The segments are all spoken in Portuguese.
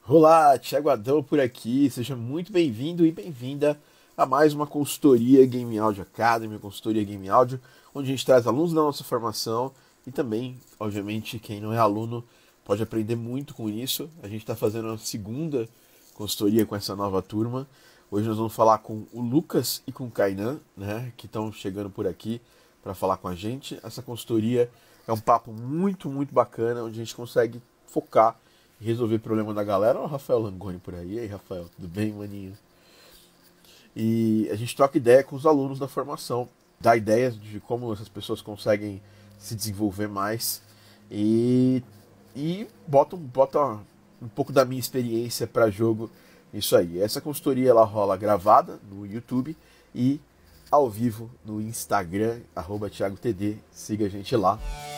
Olá, Thiago Adão por aqui. Seja muito bem-vindo e bem-vinda a mais uma consultoria Game Audio Academy, consultoria Game Audio, onde a gente traz alunos da nossa formação e também, obviamente, quem não é aluno pode aprender muito com isso. A gente está fazendo a segunda consultoria com essa nova turma. Hoje nós vamos falar com o Lucas e com o Kainan, né, que estão chegando por aqui para falar com a gente. Essa consultoria é um papo muito bacana, onde a gente consegue focar e resolver problema da galera. Olha o Rafael Langoni por aí. E aí, Rafael, tudo bem, maninho? E a gente troca ideia com os alunos da formação, dá ideias de como essas pessoas conseguem se desenvolver mais e, bota um pouco da minha experiência para jogo isso aí. Essa consultoria ela rola gravada no YouTube e ao vivo no Instagram, @ThiagoTD. Siga a gente lá.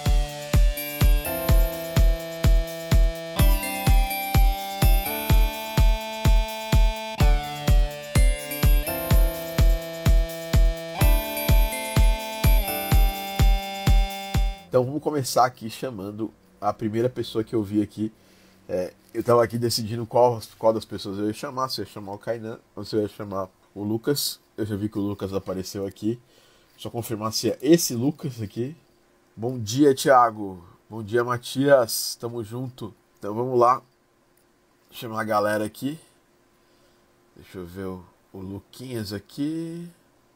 Então vamos começar aqui chamando a primeira pessoa que eu vi aqui. Eu tava aqui decidindo qual das pessoas eu ia chamar, se eu ia chamar o Kainan ou se eu ia chamar o Lucas. Eu já vi que o Lucas apareceu aqui. Só confirmar se é esse Lucas aqui. Bom dia, Thiago. Bom dia, Matias. Tamo junto. Então vamos lá. Chamar a galera aqui. Deixa eu ver o Luquinhas aqui.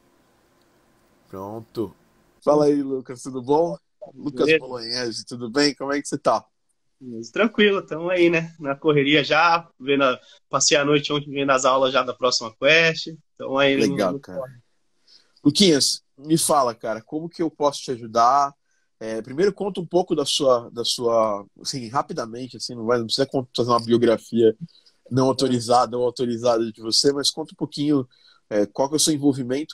Pronto. Fala aí, Lucas, tudo bom? Lucas Beleza? Bolognese, tudo bem? Como é que você tá? Mas tranquilo, estamos aí, né? Na correria já, passei a noite ontem vendo as aulas já da próxima quest. Estamos aí Legal, cara. Luquinhas, me fala, cara, como que eu posso te ajudar? Primeiro conta um pouco assim, rapidamente, assim, não precisa fazer uma biografia não autorizada ou autorizada de você, mas conta um pouquinho qual que é o seu envolvimento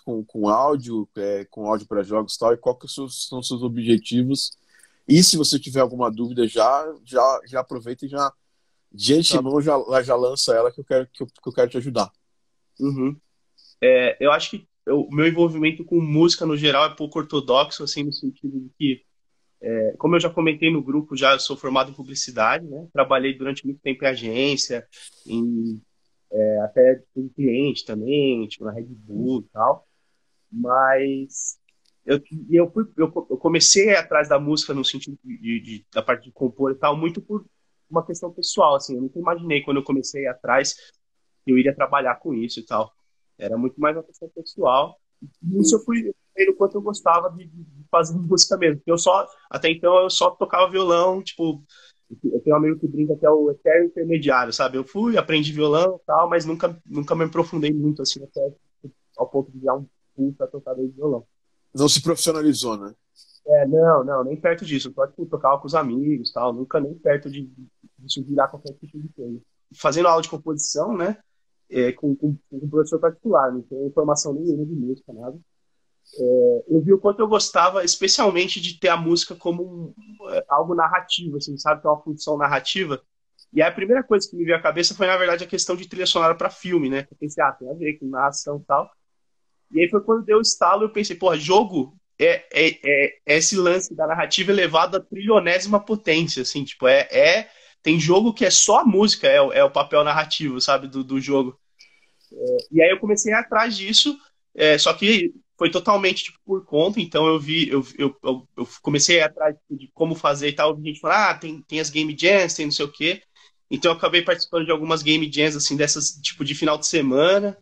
com áudio para jogos e tal, e qual que são os seus objetivos. E se você tiver alguma dúvida, já aproveita e já, de Tá. antemão, já lança ela que eu quero te ajudar. Uhum. Eu acho que o meu envolvimento com música no geral é pouco ortodoxo, assim, no sentido de que, como eu já comentei no grupo, já eu sou formado em publicidade, né? Trabalhei durante muito tempo em agência, em, até em cliente também, tipo na Red Bull e tal. Mas eu, eu comecei atrás da música no sentido da parte de compor e tal, muito por uma questão pessoal, assim. Eu nunca imaginei quando eu comecei atrás que eu iria trabalhar com isso e tal. Era muito mais uma questão pessoal. E isso eu fui vendo o quanto eu gostava de fazer música mesmo. Porque até então, eu só tocava violão, tipo, eu tenho um amigo que brinca que é o eterno intermediário, sabe? Eu fui, aprendi violão e tal, mas nunca me aprofundei muito, assim, até ao ponto de virar um puta tocador de violão. Não se profissionalizou, né? Não, nem perto disso. Eu só, tipo, tocava com os amigos, tal, nunca nem perto disso virar qualquer tipo de coisa. Fazendo aula de composição, né, com um professor particular, não tem informação nenhuma de música, nada. Eu vi o quanto eu gostava, especialmente de ter a música como algo narrativo, assim, sabe, que é uma função narrativa. E aí a primeira coisa que me veio à cabeça foi, na verdade, a questão de trilha sonora para filme, né? Eu pensei, tem a ver com narração e tal. E aí foi quando deu o estalo, eu pensei, porra, jogo é esse lance da narrativa elevado à trilionésima potência, assim, tipo, tem jogo que é só a música, é o papel narrativo, sabe, do jogo. E aí eu comecei a ir atrás disso, só que foi totalmente, tipo, por conta, então eu comecei a ir atrás de como fazer e tal, a gente falou, tem as game jams, tem não sei o quê, então eu acabei participando de algumas game jams, assim, dessas, tipo, de final de semana,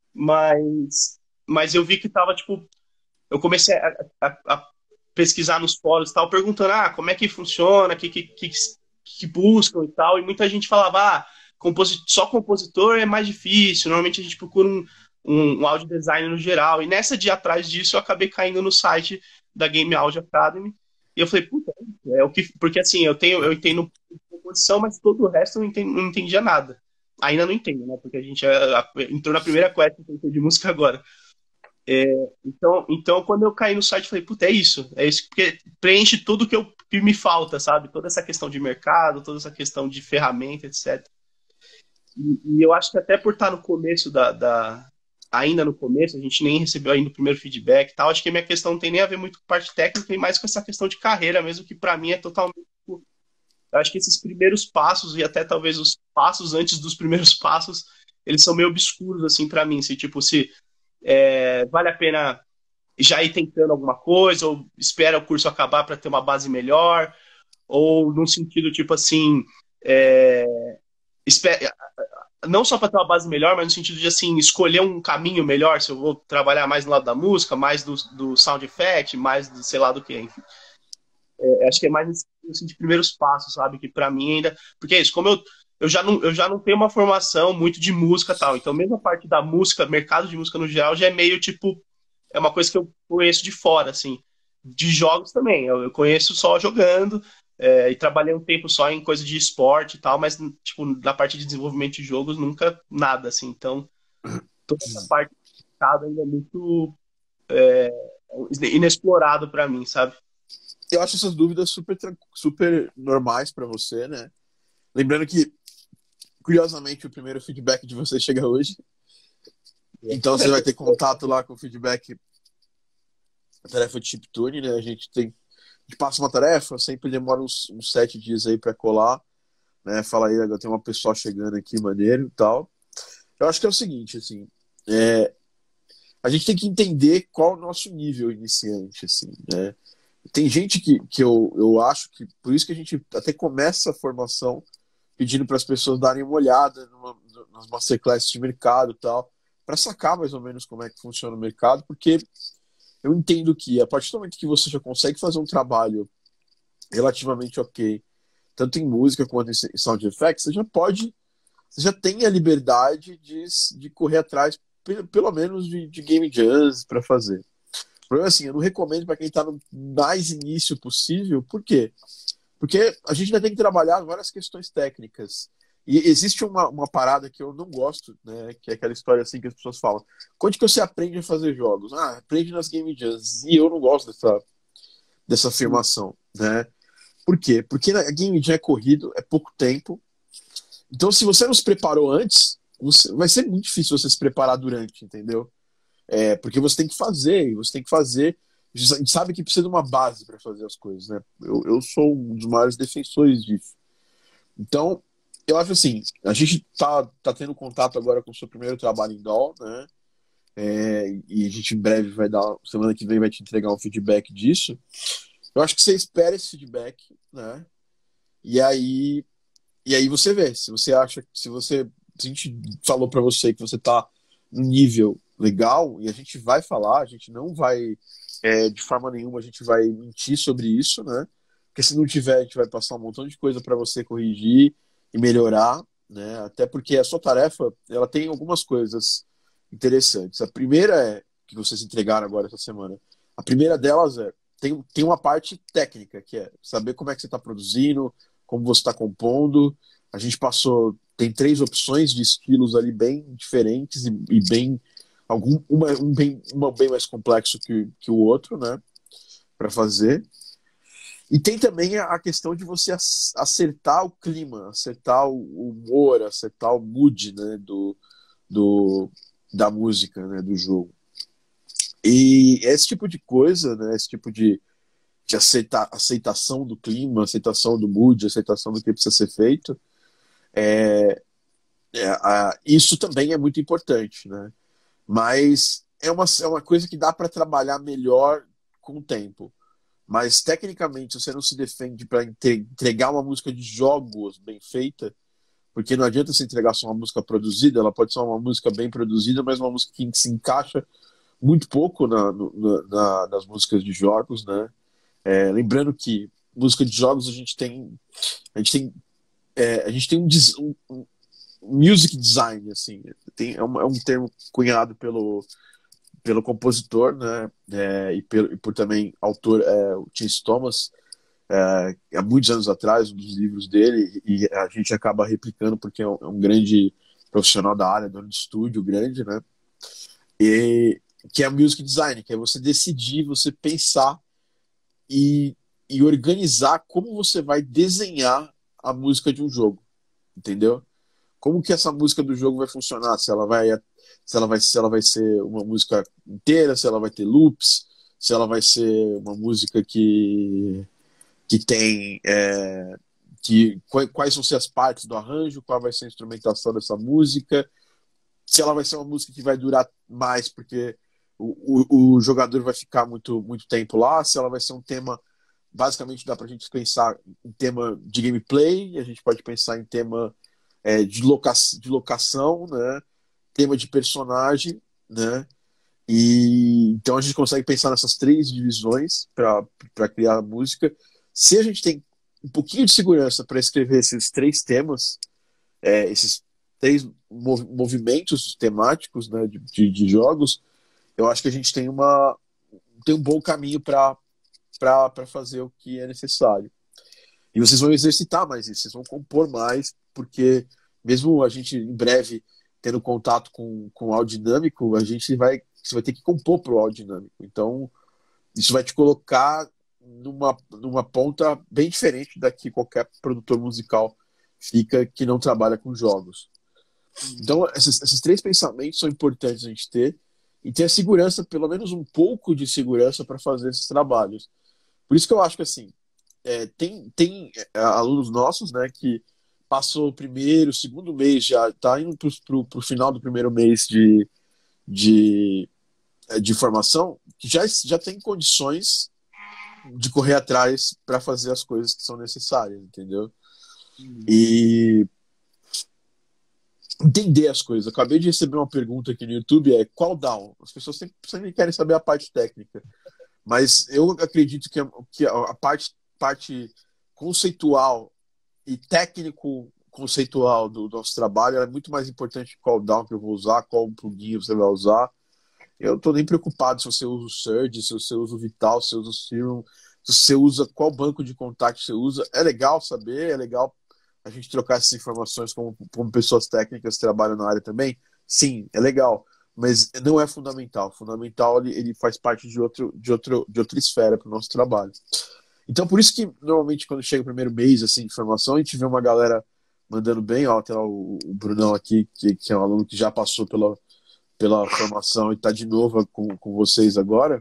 mas eu vi que tava, tipo, eu comecei a pesquisar nos fóruns e tal, perguntando, como é que funciona, que buscam e tal, e muita gente falava, só compositor é mais difícil, normalmente a gente procura um audio design no geral, e nessa de atrás disso eu acabei caindo no site da Game Audio Academy, e eu falei, puta, porque assim, eu entendo composição, mas todo o resto eu não entendia nada. Ainda não entendo, né? Porque a gente entrou na primeira quest de música agora. Então, quando eu caí no site, eu falei, puta, é isso, porque preenche tudo que me falta, sabe? Toda essa questão de mercado, toda essa questão de ferramenta, etc. E eu acho que até por estar no começo ainda no começo, a gente nem recebeu ainda o primeiro feedback e tal, acho que a minha questão não tem nem a ver muito com parte técnica, e mais com essa questão de carreira mesmo, que para mim é totalmente. Eu acho que esses primeiros passos e até talvez os passos antes dos primeiros passos, eles são meio obscuros assim para mim, se tipo se vale a pena já ir tentando alguma coisa ou espera o curso acabar para ter uma base melhor ou num sentido tipo assim, é, espera, não só para ter uma base melhor, mas no sentido de assim escolher um caminho melhor, se eu vou trabalhar mais no lado da música, mais do sound effect, mais do sei lá do que, enfim. Acho que é mais nesse assim, de primeiros passos, sabe? Que para mim ainda. Porque é isso, como eu já não tenho uma formação muito de música e tal. Então, mesmo a parte da música, mercado de música no geral, já é meio tipo. É uma coisa que eu conheço de fora, assim. De jogos também. Eu conheço só jogando. E trabalhei um tempo só em coisa de esporte e tal, mas, tipo, na parte de desenvolvimento de jogos, nunca nada, assim. Então, toda essa parte do mercado ainda é muito inexplorado para mim, sabe? Eu acho essas dúvidas super normais para você, né? Lembrando que, curiosamente, o primeiro feedback de você chega hoje. Então você vai ter contato lá com o feedback, a tarefa de chiptune, né? A gente passa uma tarefa, sempre demora uns 7 dias aí para colar, né? Fala aí, agora tem uma pessoa chegando aqui, maneiro e tal. Eu acho que é o seguinte, assim, é, a gente tem que entender qual é o nosso nível iniciante, assim, né? Tem gente que eu acho que, por isso que a gente até começa a formação pedindo para as pessoas darem uma olhada nas masterclasses de mercado e tal, para sacar mais ou menos como é que funciona o mercado, porque eu entendo que a partir do momento que você já consegue fazer um trabalho relativamente ok, tanto em música quanto em sound effects, você já tem a liberdade de correr atrás, pelo menos de game jams para fazer. O problema é assim, eu não recomendo para quem está no mais início possível, por quê? Porque a gente ainda tem que trabalhar várias questões técnicas. E existe uma parada que eu não gosto, né? Que é aquela história assim que as pessoas falam. Quando que você aprende a fazer jogos? Ah, aprende nas Game Jams. E eu não gosto dessa afirmação, né? Por quê? Porque a Game Jam é corrido, é pouco tempo. Então, se você não se preparou antes, vai ser muito difícil você se preparar durante, entendeu? Porque você tem que fazer, e você tem que fazer. A gente sabe que precisa de uma base para fazer as coisas, né? Eu sou um dos maiores defensores disso. Então, eu acho assim, a gente tá tendo contato agora com o seu primeiro trabalho em DAW, né? E a gente em breve vai dar, semana que vem vai te entregar um feedback disso. Eu acho que você espera esse feedback, né? E aí, e aí você vê, se você acha, se a gente falou para você que você tá no nível legal, e a gente vai falar, a gente não vai, de forma nenhuma, a gente vai mentir sobre isso, né? Porque se não tiver, a gente vai passar um montão de coisa para você corrigir e melhorar, né? Até porque a sua tarefa, ela tem algumas coisas interessantes. A primeira é, que vocês entregaram agora essa semana, a primeira delas tem uma parte técnica, que é saber como é que você está produzindo, como você está compondo. A gente tem 3 opções de estilos ali bem diferentes e bem uma bem mais complexo que o outro, né, para fazer. E tem também a questão de você acertar o clima, acertar o humor, acertar o mood, né, do, da música, né, do jogo. E esse tipo de coisa, né, esse tipo de aceitação do clima, aceitação do mood, aceitação do que precisa ser feito, isso também é muito importante, né? Mas é uma coisa que dá para trabalhar melhor com o tempo. Mas tecnicamente você não se defende para entregar uma música de jogos bem feita, porque não adianta você entregar só uma música produzida, ela pode ser uma música bem produzida, mas uma música que se encaixa muito pouco nas músicas de jogos, né? Lembrando que música de jogos a gente tem, a gente tem um music design, assim, é um termo cunhado pelo compositor, né? E por também autor, o Chase Thomas, há muitos anos atrás, um dos livros dele, e a gente acaba replicando porque é um grande profissional da área, dono de estúdio grande, né? E que é music design, que é você decidir, você pensar e, e organizar como você vai desenhar a música de um jogo, entendeu? Como que essa música do jogo vai funcionar? Se ela vai ser uma música inteira, se ela vai ter loops, se ela vai ser uma música que tem quais vão ser as partes do arranjo, qual vai ser a instrumentação dessa música, se ela vai ser uma música que vai durar mais porque o jogador vai ficar muito tempo lá, se ela vai ser um tema, basicamente dá pra gente pensar em tema de gameplay, a gente pode pensar em tema de locação, né? Tema de personagem, né? E então a gente consegue pensar nessas três divisões para criar a música. Se a gente tem um pouquinho de segurança para escrever esses três temas, esses três movimentos temáticos, né, de jogos, eu acho que a gente tem um bom caminho para fazer o que é necessário. E vocês vão exercitar mais isso, vocês vão compor mais, porque mesmo a gente em breve tendo contato com o áudio dinâmico, você vai ter que compor para o áudio dinâmico. Então, isso vai te colocar numa ponta bem diferente da que qualquer produtor musical fica que não trabalha com jogos. Então, esses três pensamentos são importantes a gente ter e ter a segurança, pelo menos um pouco de segurança para fazer esses trabalhos. Por isso que eu acho que, assim, tem alunos nossos, né, que passou o primeiro, segundo mês, já está indo para o final do primeiro mês de formação, que já tem condições de correr atrás para fazer as coisas que são necessárias, entendeu? E entender as coisas. Acabei de receber uma pergunta aqui no YouTube, qual down? As pessoas sempre querem saber a parte técnica, mas eu acredito que a parte conceitual e técnico conceitual do nosso trabalho é muito mais importante que qual down que eu vou usar, qual plugin você vai usar. Eu não tô nem preocupado se você usa o Surge, se você usa o Vital, se você usa o Serum, se você usa qual banco de contato você usa. É legal saber, é legal a gente trocar essas informações como pessoas técnicas que trabalham na área também. Sim, é legal, mas não é fundamental. Fundamental ele faz parte de outra esfera para o nosso trabalho. Então, por isso que normalmente quando chega o primeiro mês assim, de formação, a gente vê uma galera mandando bem, ó, tem lá o Brunão aqui, que é um aluno que já passou pela formação e está de novo com vocês agora,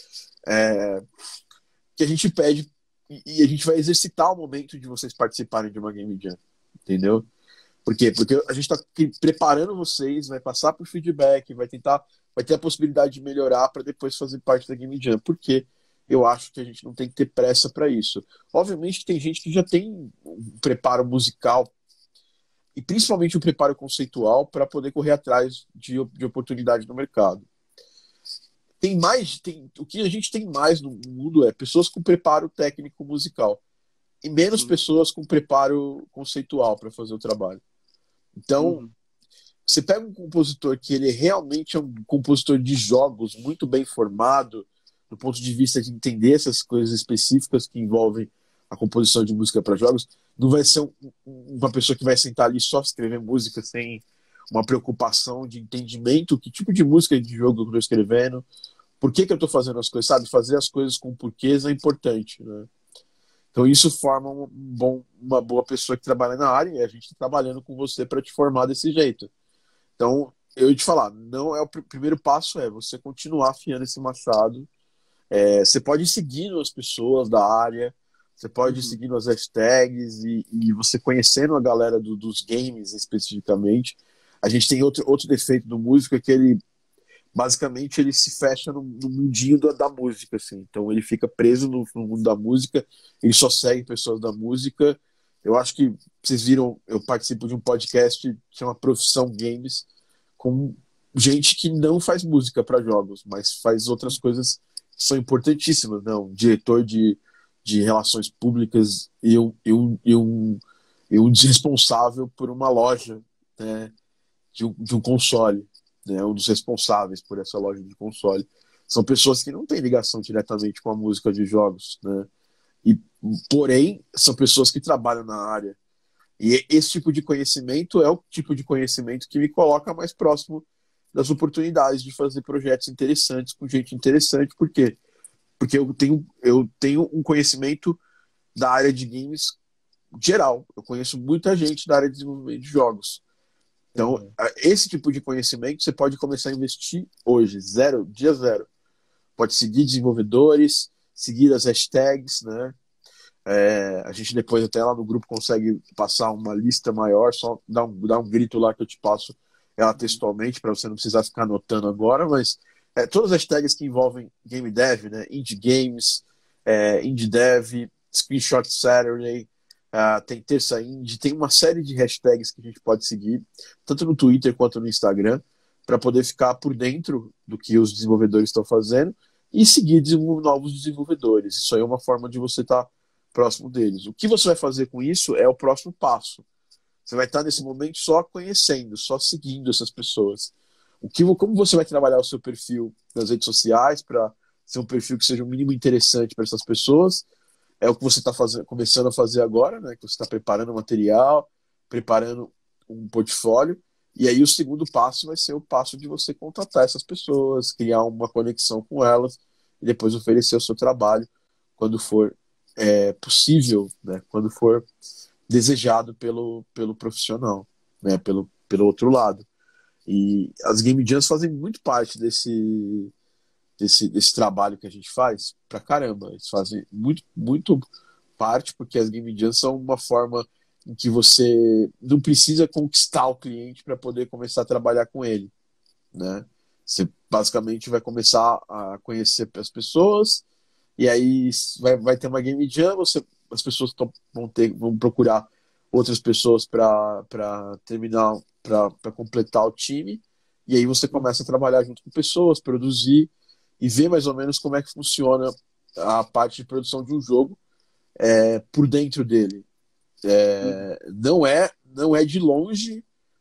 que a gente pede e a gente vai exercitar o momento de vocês participarem de uma Game Jam, entendeu? Por quê? Porque a gente está preparando vocês, vai passar por feedback, vai ter a possibilidade de melhorar para depois fazer parte da Game Jam. Por quê? Eu acho que a gente não tem que ter pressa para isso. Obviamente tem gente que já tem um preparo musical e principalmente um preparo conceitual para poder correr atrás de oportunidade no mercado. O que a gente tem mais no mundo é pessoas com preparo técnico musical e menos pessoas com preparo conceitual para fazer o trabalho. Então, você pega um compositor que ele realmente é um compositor de jogos muito bem formado, do ponto de vista de entender essas coisas específicas que envolvem a composição de música para jogos, não vai ser uma pessoa que vai sentar ali só escrever música sem uma preocupação de entendimento, que tipo de música de jogo eu estou escrevendo, por que eu estou fazendo as coisas, sabe? Fazer as coisas com porquês é importante, né? Então isso forma uma boa pessoa que trabalha na área e a gente está trabalhando com você para te formar desse jeito. Então, eu ia te falar, não é o primeiro passo é você continuar afiando esse machado. Você pode ir seguindo as pessoas da área, você pode ir seguindo as hashtags e você conhecendo a galera dos games especificamente. A gente tem outro defeito do músico, é que ele basicamente ele se fecha no mundinho da música, assim. Então ele fica preso no mundo da música, ele só segue pessoas da música. Eu acho que vocês viram, eu participo de um podcast que chama Profissão Games, com gente que não faz música para jogos, mas faz outras coisas que são importantíssimas, né? Um diretor de relações públicas e um responsável por uma loja, né, de um console, né, um dos responsáveis por essa loja de console. São pessoas que não têm ligação diretamente com a música de jogos, né? Porém, são pessoas que trabalham na área. E esse tipo de conhecimento é o tipo de conhecimento que me coloca mais próximo das oportunidades de fazer projetos interessantes com gente interessante. Por quê? Porque eu tenho um conhecimento da área de games geral. Eu conheço muita gente da área de desenvolvimento de jogos. Então, esse tipo de conhecimento você pode começar a investir hoje, dia zero. Pode seguir desenvolvedores, seguir as hashtags, né? A gente depois até lá no grupo consegue passar uma lista maior, só dá um grito lá que eu te passo ela textualmente para você não precisar ficar anotando agora, mas todas as tags que envolvem game dev, né? Indie Games, Indie Dev, Screenshot Saturday, tem Terça Indie, tem uma série de hashtags que a gente pode seguir, tanto no Twitter quanto no Instagram, para poder ficar por dentro do que os desenvolvedores estão fazendo e seguir novos desenvolvedores. Isso aí é uma forma de você estar próximo deles. O que você vai fazer com isso é o próximo passo. Você vai estar nesse momento só conhecendo, só seguindo essas pessoas. Como você vai trabalhar o seu perfil nas redes sociais para ser um perfil que seja o mínimo interessante para essas pessoas? É o que você está começando a fazer agora, né? Que você está preparando material, preparando um portfólio. E aí o segundo passo vai ser o passo de você contatar essas pessoas, criar uma conexão com elas e depois oferecer o seu trabalho quando for possível, né? Quando for desejado pelo profissional, né? Pelo outro lado. E as Game Jams fazem muito parte desse trabalho que a gente faz pra caramba. Eles fazem muito parte, porque as Game Jams são uma forma em que você não precisa conquistar o cliente para poder começar a trabalhar com ele, né? Você basicamente vai começar a conhecer as pessoas e aí vai ter uma Game Jam, as pessoas vão procurar outras pessoas para terminar, para completar o time, e aí você começa a trabalhar junto com pessoas, produzir e ver mais ou menos como é que funciona a parte de produção de um jogo por dentro dele. Não é de longe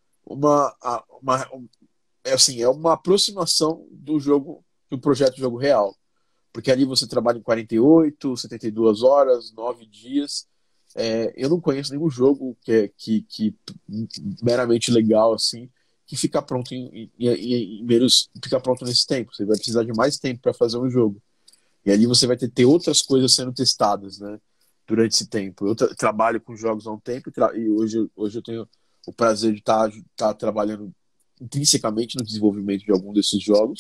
uma assim, é uma aproximação do jogo, do projeto de jogo real. Porque ali você trabalha em 48, 72 horas, 9 dias. Eu não conheço nenhum jogo que meramente legal assim, que fica pronto em menos, fica pronto nesse tempo. Você vai precisar de mais tempo para fazer um jogo. E ali você vai ter outras coisas sendo testadas, né? Durante esse tempo. Eu trabalho com jogos há um tempo e hoje eu tenho o prazer de estar trabalhando intrinsecamente no desenvolvimento de algum desses jogos.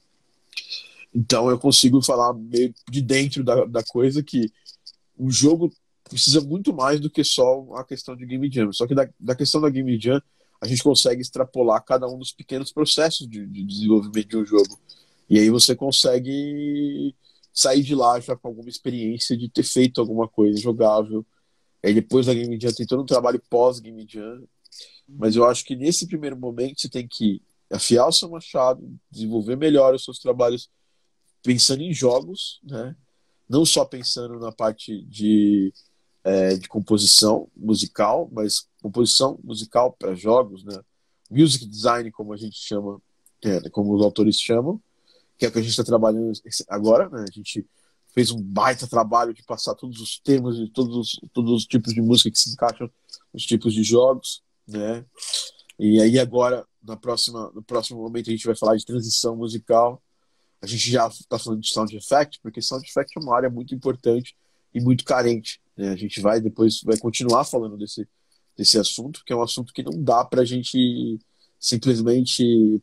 Então eu consigo falar meio de dentro da coisa que o jogo precisa muito mais do que só a questão de Game Jam. Só que da questão da Game Jam, a gente consegue extrapolar cada um dos pequenos processos de desenvolvimento de um jogo. E aí você consegue sair de lá já com alguma experiência de ter feito alguma coisa jogável. Aí depois da Game Jam tem todo um trabalho pós-Game Jam. Mas eu acho que nesse primeiro momento você tem que afiar o seu machado, desenvolver melhor os seus trabalhos pensando em jogos, né? Não só pensando na parte de composição musical, mas composição musical para jogos, né? Music design, como a gente chama, como os autores chamam, que é o que a gente está trabalhando agora, né? A gente fez um baita trabalho de passar todos os termos de todos os tipos de música que se encaixam nos tipos de jogos, né? E aí agora, no próximo momento, a gente vai falar de transição musical. A gente já está falando de sound effect, porque sound effect é uma área muito importante e muito carente, né? A gente depois vai continuar falando desse assunto, que é um assunto que não dá para a gente simplesmente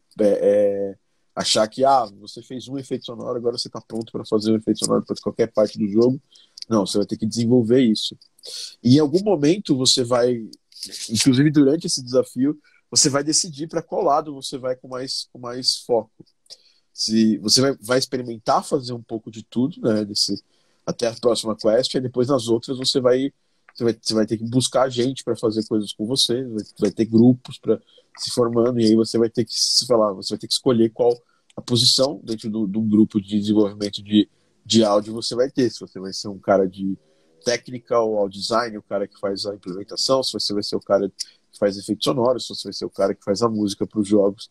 achar que você fez um efeito sonoro, agora você está pronto para fazer um efeito sonoro para qualquer parte do jogo. Não, você vai ter que desenvolver isso. E em algum momento você vai, inclusive durante esse desafio, você vai decidir para qual lado você vai com mais foco. Se você vai experimentar fazer um pouco de tudo, né, até a próxima quest, e depois nas outras você vai ter que buscar gente para fazer coisas com você, vai ter grupos para se formando, e aí você vai ter que você vai ter que escolher qual a posição dentro de um grupo de desenvolvimento de áudio você vai ter. Se você vai ser um cara de técnica ou ao design, o cara que faz a implementação, se você vai ser o cara que faz efeitos sonoros, se você vai ser o cara que faz a música para os jogos.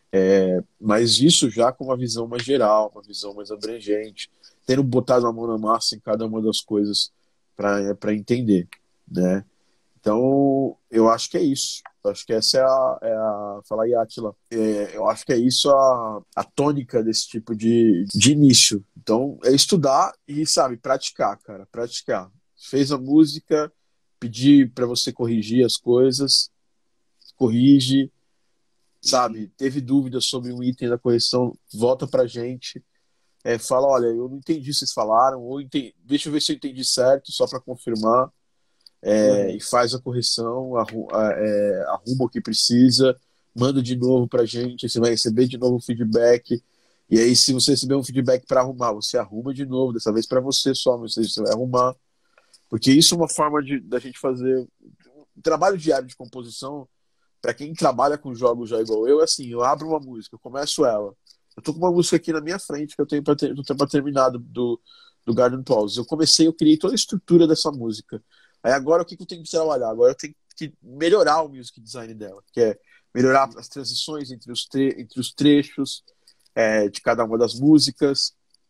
Mas isso já com uma visão mais geral, uma visão mais abrangente, tendo botado a mão na massa em cada uma das coisas para entender, né? Então, eu acho que é isso. Eu acho que essa fala aí, Átila. Eu acho que é isso a tônica desse tipo de início. Então, é estudar e, sabe, praticar, cara. Praticar. Fez a música, pedir para você corrigir as coisas, corrige, sabe? Teve dúvidas sobre um item da correção, volta pra gente. fala, olha, eu não entendi o que vocês falaram, deixa eu ver se eu entendi certo, só para confirmar, e Uhum. faz a correção, arruma o que precisa, manda de novo pra gente, você vai receber de novo o feedback, e aí se você receber um feedback para arrumar, você arruma de novo, dessa vez para você só, mas você vai arrumar, porque isso é uma forma da gente fazer um trabalho diário de composição. Para quem trabalha com jogos já igual eu, é assim, eu abro uma música, eu começo ela. Eu tô com uma música aqui na minha frente que eu tenho para terminar do Garden Pause. Eu criei toda a estrutura dessa música. Aí agora o que eu tenho que trabalhar? Agora eu tenho que melhorar o music design dela, que é melhorar as transições entre os trechos de cada uma das músicas,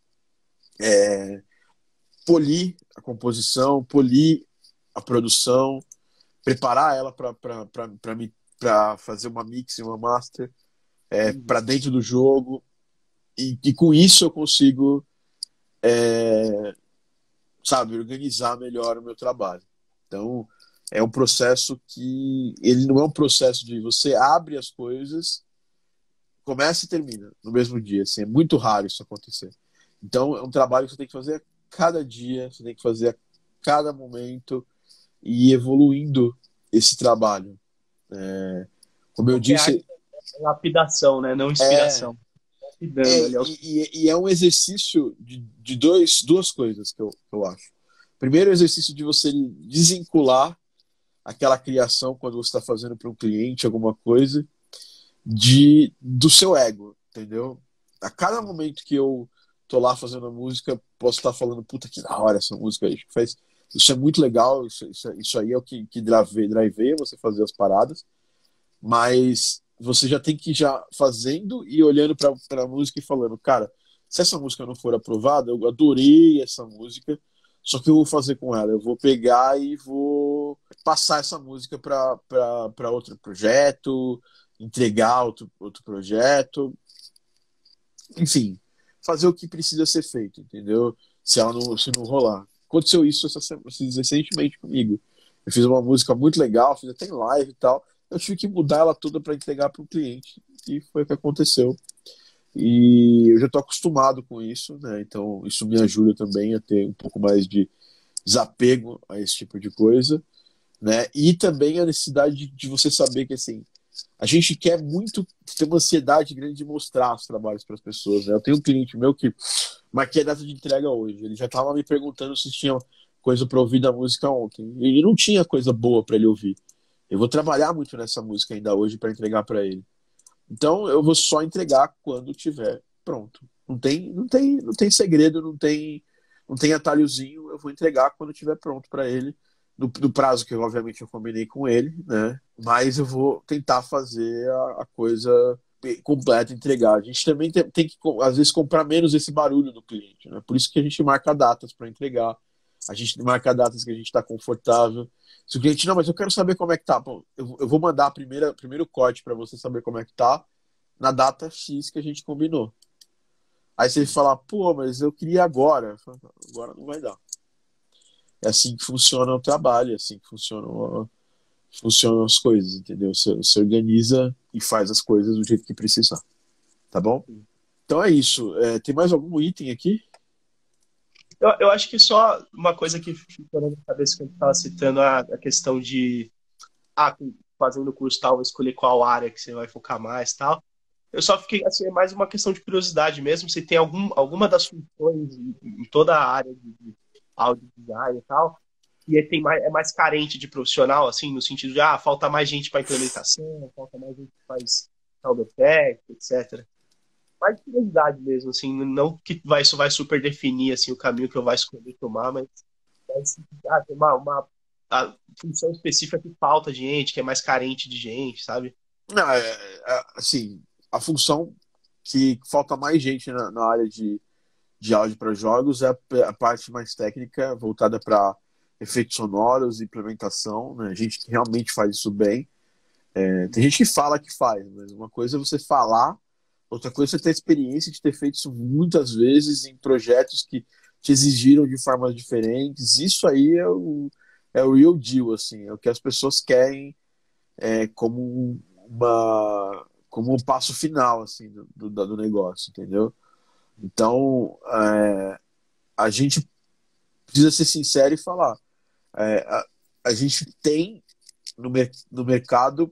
polir a composição, polir a produção, preparar ela para fazer uma mix e uma master Uhum. para dentro do jogo, e com isso eu consigo, sabe, organizar melhor o meu trabalho. Então, é um processo que ele não é um processo de você abre as coisas, começa e termina no mesmo dia. Assim, é muito raro isso acontecer. Então, é um trabalho que você tem que fazer a cada dia, você tem que fazer a cada momento e ir evoluindo esse trabalho. Como eu Qualquer arte disse, é lapidação, né? Não é, inspiração. Lapidando ali aos. e é um exercício de duas coisas que eu acho. Primeiro, o exercício de você desvincular aquela criação quando você está fazendo para um cliente alguma coisa do seu ego, entendeu? A cada momento que eu tô lá fazendo a música, posso estar falando, puta que da hora essa música aí. Isso é muito legal, isso aí é o que driveia você fazer as paradas, mas você já tem que ir já fazendo e olhando para a música e falando, cara, se essa música não for aprovada, eu adorei essa música, só que eu vou fazer com ela, eu vou pegar e vou passar essa música para outro projeto, entregar outro projeto, enfim, fazer o que precisa ser feito, entendeu? Se não rolar. Aconteceu isso recentemente comigo. Eu fiz uma música muito legal, fiz até em live e tal. Eu tive que mudar ela toda para entregar para o cliente. E foi o que aconteceu. E eu já estou acostumado com isso, né? Então isso me ajuda também a ter um pouco mais de desapego a esse tipo de coisa, né? E também a necessidade de você saber que assim, a gente quer muito ter uma ansiedade grande de mostrar os trabalhos para as pessoas, né? Eu tenho um cliente meu que marquei a data de entrega hoje. Ele já estava me perguntando se tinha coisa para ouvir da música ontem. E não tinha coisa boa para ele ouvir. Eu vou trabalhar muito nessa música ainda hoje para entregar para ele. Então eu vou só entregar quando tiver pronto. Não tem segredo, não tem atalhozinho. Eu vou entregar quando tiver pronto para ele, no prazo que obviamente eu combinei com ele, né? Mas eu vou tentar fazer a coisa completa, entregar. A gente também tem que às vezes comprar menos esse barulho do cliente, né? Por isso que a gente marca datas para entregar. A gente marca datas que a gente está confortável. Se o cliente, não, mas eu quero saber como é que tá. Pô, eu vou mandar primeiro corte para você saber como é que tá na data X que a gente combinou. Aí você fala, pô, mas eu queria agora. Eu falo, agora não vai dar. É assim que funciona o trabalho, é assim que funcionam as coisas, entendeu? Você organiza e faz as coisas do jeito que precisar, tá bom? Então é isso. Tem mais algum item aqui? Eu acho que só uma coisa que ficou na minha cabeça quando estava citando a questão de ah, fazendo o curso tal, escolher qual área que você vai focar mais tal. Eu só fiquei assim, é mais uma questão de curiosidade mesmo, se tem alguma das funções em toda a área de audio design e tal, e é mais carente de profissional, assim, no sentido de falta mais gente para implementação, falta mais gente que faz sound effect, etc. Mais curiosidade mesmo, assim, não que isso vai super definir assim, o caminho que eu vou escolher tomar, mas tem uma a função específica que falta de gente, que é mais carente de gente, sabe? Não, assim, a função que falta mais gente na área de áudio para jogos é a parte mais técnica, voltada para efeitos sonoros, implementação, né? Gente que realmente faz isso bem. Tem gente que fala que faz, mas uma coisa é você falar, outra coisa é você ter experiência de ter feito isso muitas vezes em projetos que te exigiram de formas diferentes. Isso aí é o real deal, assim, é o que as pessoas querem como um passo final assim do negócio, entendeu? Então, a gente precisa ser sincero e falar. É, a gente tem no mercado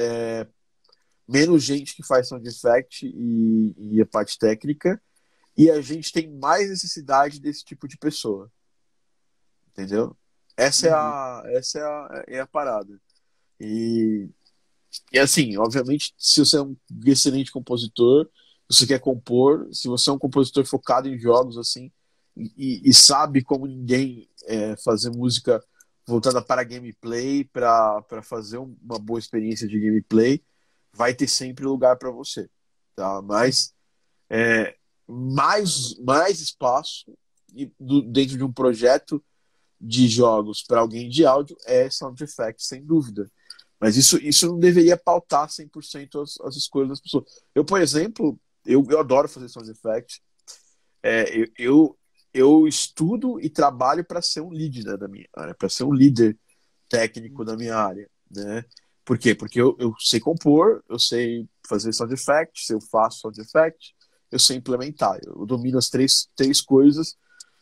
menos gente que faz sound effect e a parte técnica, e a gente tem mais necessidade desse tipo de pessoa, entendeu? Uhum. Essa é a parada. E, e assim, obviamente, se você é um excelente compositor, se você quer compor, se você é um compositor focado em jogos assim e sabe como ninguém fazer música voltada para gameplay, para fazer uma boa experiência de gameplay, vai ter sempre lugar para você, tá? Mas é, mais espaço dentro de um projeto de jogos para alguém de áudio é sound effects, sem dúvida. Mas isso não deveria pautar 100% as escolhas das pessoas. Eu, por exemplo, eu adoro fazer sound effects. Eu estudo e trabalho para ser um lead, né, da minha área, para ser um líder técnico da minha área, né? Por quê? Porque eu sei compor, eu sei fazer sound effects, eu faço sound effects, eu sei implementar. Eu domino as três coisas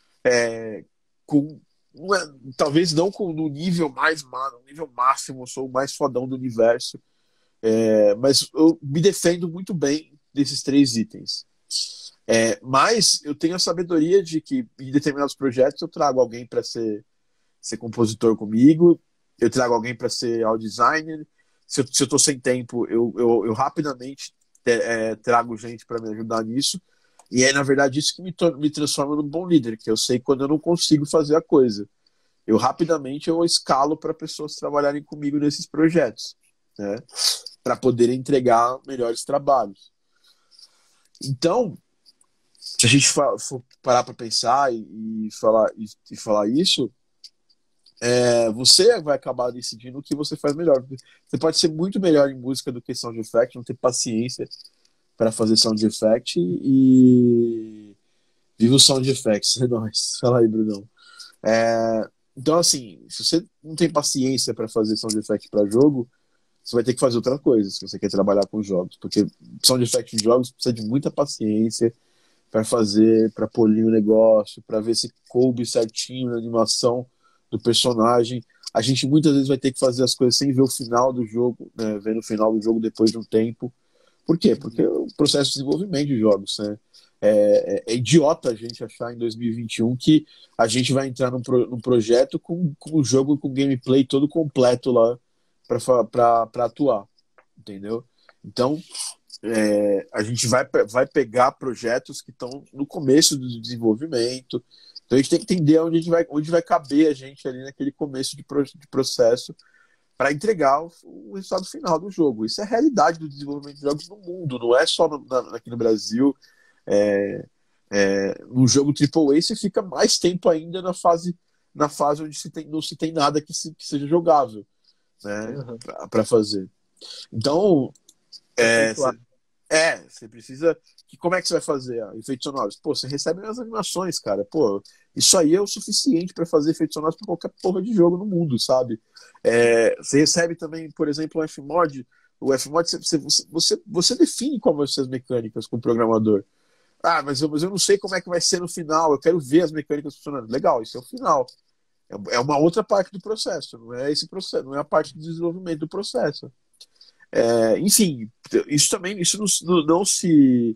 com não é, talvez não no nível no nível máximo, eu sou o mais fodão do universo, mas eu me defendo muito bem desses três itens. Mas eu tenho a sabedoria de que em determinados projetos eu trago alguém para ser compositor comigo, eu trago alguém para ser audio designer. Se eu estou sem tempo, eu rapidamente trago gente para me ajudar nisso. E é, na verdade, isso que me transforma num bom líder, que eu sei quando eu não consigo fazer a coisa. Eu escalo para pessoas trabalharem comigo nesses projetos, né? Para poder entregar melhores trabalhos. Então, se a gente for parar para pensar e falar isso, você vai acabar decidindo o que você faz melhor. Você pode ser muito melhor em música do que sound effect, não ter paciência para fazer sound effect e viva o sound effects, é nóis. Fala aí, Brunão. Então, assim, se você não tem paciência para fazer sound effect para jogo, você vai ter que fazer outra coisa se você quer trabalhar com jogos, porque sound effect de jogos precisa de muita paciência para fazer, para polir o negócio, para ver se coube certinho na animação do personagem. A gente muitas vezes vai ter que fazer as coisas sem ver o final do jogo, né? Vendo o final do jogo depois de um tempo. Por quê? Porque é o processo de desenvolvimento de jogos, né? É idiota a gente achar em 2021 que a gente vai entrar num projeto com o jogo com gameplay todo completo lá para atuar, entendeu? Então, a gente vai pegar projetos que estão no começo do desenvolvimento. Então a gente tem que entender onde vai caber a gente ali naquele começo de processo para entregar o resultado final do jogo. Isso é a realidade do desenvolvimento de jogos no mundo, não é só aqui no Brasil. No jogo AAA você fica mais tempo ainda na fase onde não se tem nada que seja jogável, né, Uhum. para fazer. Então, é, Conceituar. você precisa. Como é que você vai fazer efeitos sonoros? Pô, você recebe as animações, cara. Pô, isso aí é o suficiente para fazer efeitos sonoros para qualquer porra de jogo no mundo, sabe? Você recebe também, por exemplo, o Fmod. O Fmod, você define como vão ser as mecânicas com o programador. Ah, mas eu não sei como é que vai ser no final. Eu quero ver as mecânicas funcionando. Legal, isso é o final. É uma outra parte do processo, não é esse processo, não é a parte de desenvolvimento do processo. Enfim, isso não se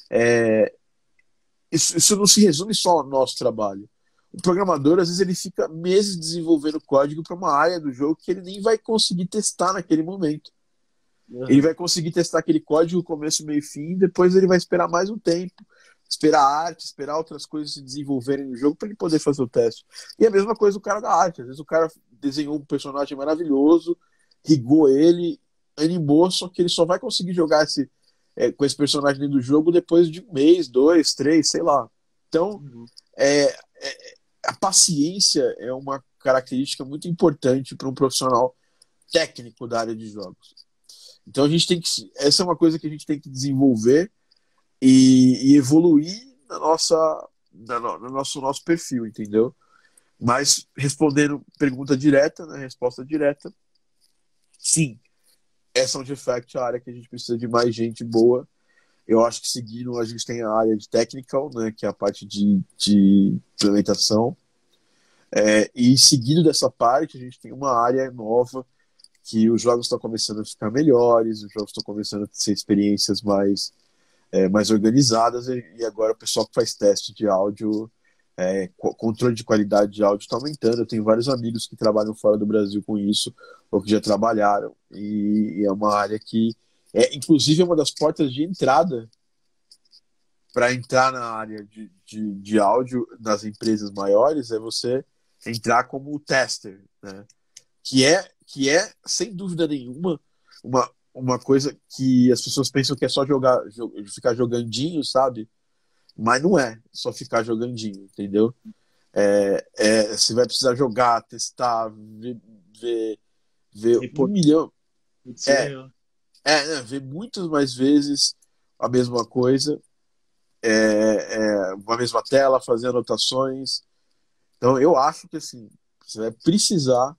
isso não se resume só ao nosso trabalho. O programador, às vezes, ele fica meses desenvolvendo código para uma área do jogo que ele nem vai conseguir testar naquele momento. Ele Uhum. vai conseguir testar aquele código começo, meio e fim, depois ele vai esperar mais um tempo, esperar a arte, esperar outras coisas se desenvolverem no jogo para ele poder fazer o teste. E a mesma coisa o cara da arte. Às vezes o cara desenhou um personagem maravilhoso, rigou ele, animou, só que ele só vai conseguir jogar com esse personagem dentro do jogo depois de um mês, dois, três, sei lá. Então, Uhum. é, a paciência é uma característica muito importante para um profissional técnico da área de jogos. Então a gente tem que. Essa é uma coisa que a gente tem que desenvolver e evoluir no nosso perfil, entendeu? Mas respondendo pergunta direta, né, resposta direta, sim, essa é um defect, a área que a gente precisa de mais gente boa. Eu acho que seguindo a gente tem a área de technical, né, que é a parte de implementação. E seguindo dessa parte, a gente tem uma área nova que os jogos estão começando a ficar melhores, os jogos estão começando a ser experiências mais organizadas, e agora o pessoal que faz teste de áudio, controle de qualidade de áudio está aumentando. Eu tenho vários amigos que trabalham fora do Brasil com isso, ou que já trabalharam, e é uma área que inclusive, é uma das portas de entrada para entrar na área de áudio das empresas maiores, é você entrar como tester, né? Que é, sem dúvida nenhuma, uma coisa que as pessoas pensam que é só ficar jogandinho, sabe? Mas não é só ficar jogandinho, entendeu? Você vai precisar jogar, testar, ver, ver um milhão. Ver muitas mais vezes a mesma coisa, uma mesma tela, fazer anotações. Então eu acho que assim, você vai precisar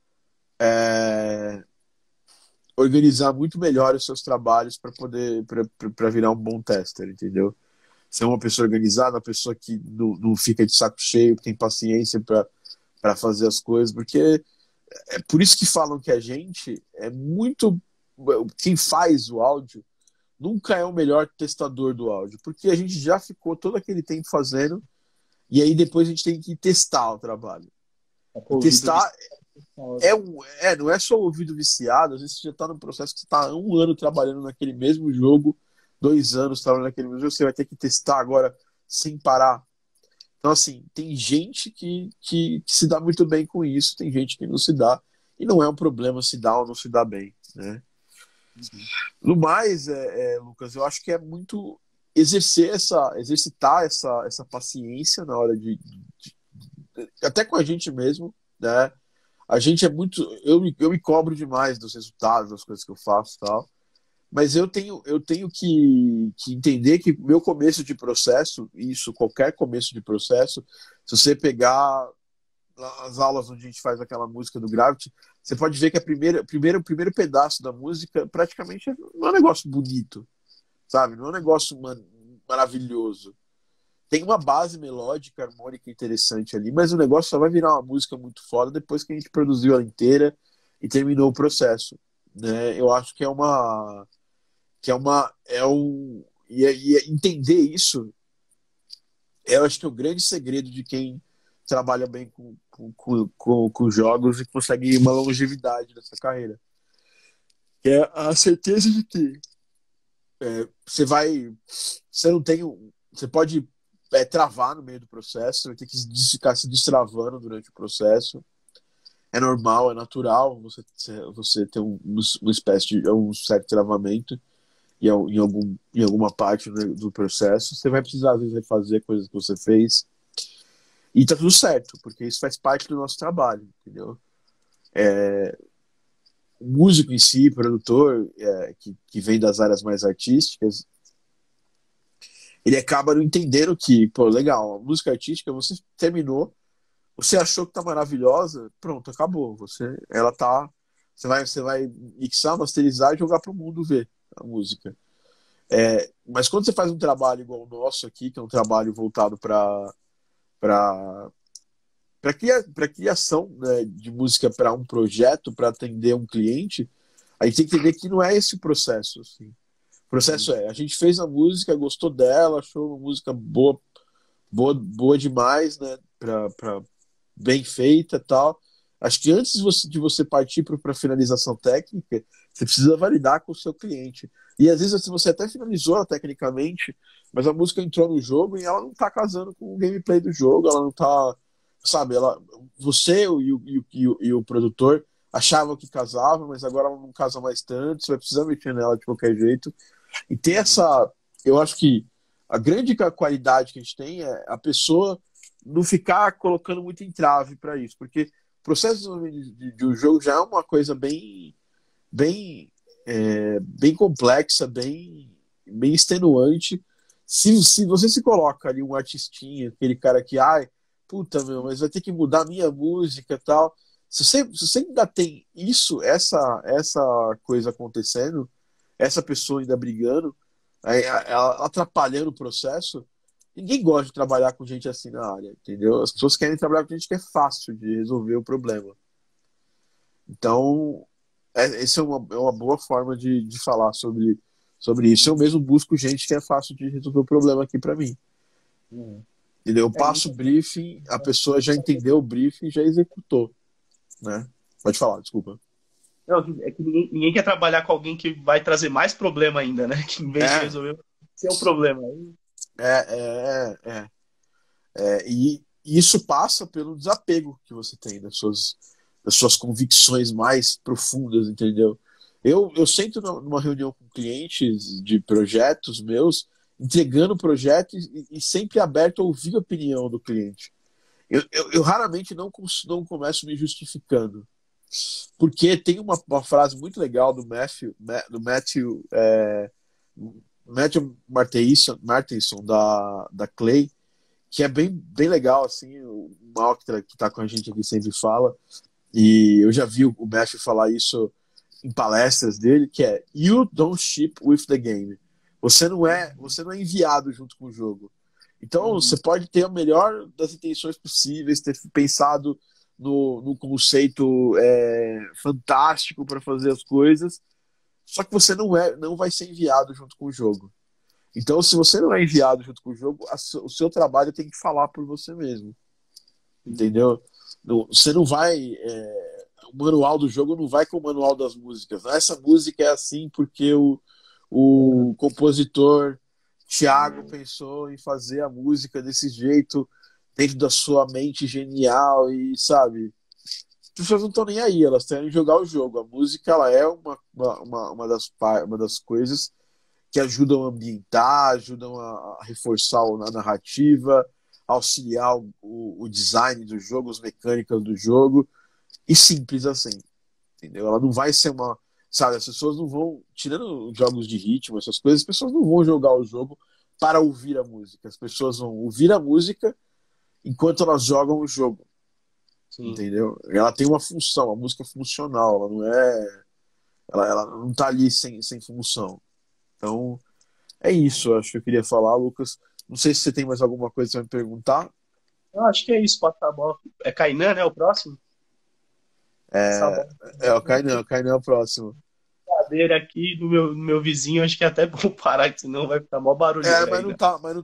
organizar muito melhor os seus trabalhos para poder para virar um bom tester, entendeu? Ser uma pessoa organizada, uma pessoa que não fica de saco cheio, que tem paciência para fazer as coisas, porque é por isso que falam que a gente é muito. Quem faz o áudio nunca é o melhor testador do áudio, porque a gente já ficou todo aquele tempo fazendo, e aí depois a gente tem que testar o trabalho. Testar não é só o ouvido viciado, às vezes você já está num processo que você está há 1 ano trabalhando naquele mesmo jogo, 2 anos trabalhando naquele mesmo jogo, você vai ter que testar agora sem parar. Então, assim, tem gente que se dá muito bem com isso, tem gente que não se dá, e não é um problema se dá ou não se dá bem, né? No mais, Lucas, eu acho que é muito exercitar essa paciência na hora até com a gente mesmo, né? A gente é muito. Eu me cobro demais dos resultados, das coisas que eu faço e tal. Mas eu tenho que entender que meu começo de processo, isso, qualquer começo de processo, se você pegar as aulas onde a gente faz aquela música do Gravity, você pode ver que o primeiro pedaço da música praticamente não é um negócio bonito, sabe? Não é um negócio maravilhoso. Tem uma base melódica, harmônica interessante ali, mas o negócio só vai virar uma música muito foda depois que a gente produziu ela inteira e terminou o processo, né? Eu acho que entender isso, eu acho que é o grande segredo de quem trabalha bem com jogos e consegue uma longevidade nessa carreira. Que é a certeza de que você não tem, você pode travar no meio do processo, você vai ter que ficar se destravando durante o processo. É normal, é natural você ter uma espécie de um certo travamento em alguma parte do processo. Você vai precisar, às vezes, refazer coisas que você fez. E tá tudo certo, porque isso faz parte do nosso trabalho, entendeu? O músico em si, produtor, que vem das áreas mais artísticas, ele acaba não entendendo que, pô, legal, a música artística, você terminou, você achou que tá maravilhosa, pronto, acabou. Você vai mixar, masterizar e jogar pro mundo ver a música. Mas quando você faz um trabalho igual o nosso aqui, que é um trabalho voltado para criação, né, de música para um projeto, para atender um cliente, a gente tem que entender que não é esse o processo. Assim. O processo a gente fez a música, gostou dela, achou uma música boa, boa, boa demais, né, bem feita e tal. Acho que antes de você partir para a finalização técnica, você precisa validar com o seu cliente. E às vezes você até finalizou ela tecnicamente, mas a música entrou no jogo e ela não está casando com o gameplay do jogo, ela não está, sabe, você e o produtor achavam que casava, mas agora ela não casa mais tanto, você vai precisar mexer nela de qualquer jeito. E ter eu acho que a grande qualidade que a gente tem é a pessoa não ficar colocando muito entrave para isso, porque o processo de um jogo já é uma coisa bem complexa, bem extenuante. Se você se coloca ali um artistinha, aquele cara que, ai, puta, meu, mas vai ter que mudar a minha música e tal. Se você ainda tem essa coisa acontecendo, essa pessoa ainda brigando, ela atrapalhando o processo. Ninguém gosta de trabalhar com gente assim na área, entendeu? As pessoas querem trabalhar com gente que é fácil de resolver o problema. Então, essa é uma boa forma de falar sobre isso. Eu mesmo busco gente que é fácil de resolver o problema aqui para mim. Uhum. Entendeu? Eu É passo o muito. briefing, a pessoa já entendeu o briefing e já executou, né? Pode falar, desculpa. Não, é que ninguém quer trabalhar com alguém que vai trazer mais problema ainda, né? Que em vez de É, resolver, esse é o problema. e isso passa pelo desapego que você tem das suas convicções mais profundas, entendeu? Eu sento numa reunião com clientes de projetos meus, entregando projetos e sempre aberto a ouvir a opinião do cliente. Eu raramente não começo me justificando. Porque tem uma frase muito legal Matthew Martenson da Clay, que é bem legal, assim, o Mal que tá com a gente aqui sempre fala, e eu já vi o Matthew falar isso em palestras dele, que é You don't ship with the game. Você não é enviado junto com o jogo. Então, você Uhum. pode ter a melhor das intenções possíveis, ter pensado no conceito fantástico para fazer as coisas, só que você não vai ser enviado junto com o jogo. Então, se você não é enviado junto com o jogo, o seu trabalho tem que falar por você mesmo, entendeu? Você não vai. O manual do jogo não vai com o manual das músicas. Essa música é assim porque o compositor Thiago pensou em fazer a música desse jeito dentro da sua mente genial e, sabe, as pessoas não estão nem aí, elas querem jogar o jogo. A música, ela é uma das coisas que ajudam a ambientar, ajudam a reforçar a narrativa, auxiliar o design do jogo, as mecânicas do jogo, e simples assim, entendeu? Ela não vai ser uma. Sabe, as pessoas não vão. Tirando jogos de ritmo, essas coisas, as pessoas não vão jogar o jogo para ouvir a música. As pessoas vão ouvir a música enquanto elas jogam o jogo, Sim. entendeu? Ela tem uma função, a música é funcional, ela não é. Ela não tá ali sem função. Então, é isso, eu acho que eu queria falar, Lucas. Não sei se você tem mais alguma coisa para me perguntar. Eu acho que é isso, passar a bola. É Kainan, né? O próximo? Passar a É, bola. O Kainan é o próximo. Cadeira aqui do meu vizinho, acho que é até bom parar, que senão vai ficar mó É, barulheira aí, né? mas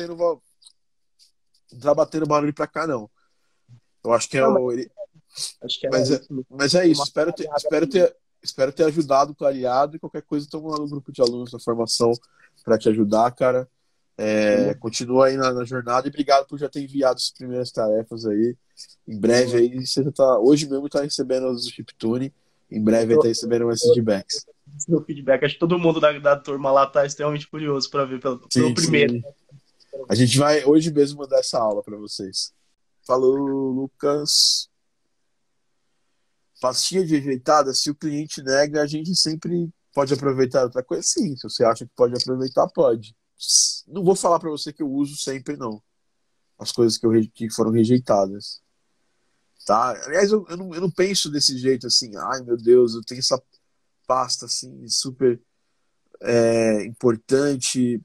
não tá batendo barulho pra cá, não. Eu acho que é Não, mas o. acho que era Mas isso mesmo. mas é isso. Uma cadeada aqui. Espero ter ajudado, clareado. E qualquer coisa, estamos lá no grupo de alunos da formação para te ajudar, cara. Continua aí na jornada e obrigado por já ter enviado as primeiras tarefas aí. Em breve aí, você já tá. Hoje mesmo está recebendo os chiptune. Em Eu breve vai estar tô, recebendo esses feedbacks. seu feedback. Acho que todo mundo da turma lá tá extremamente curioso para ver pelo Sim, primeiro. sim. A gente vai hoje mesmo mandar essa aula para vocês. Falou, Lucas. Pastinha de ajeitada, se o cliente nega, a gente sempre pode aproveitar outra coisa. Sim, se você acha que pode aproveitar, pode. Não vou falar para você que eu uso sempre, não. As coisas que foram rejeitadas. Tá? Aliás, eu não penso desse jeito assim. Ai, meu Deus, eu tenho essa pasta assim, super importante.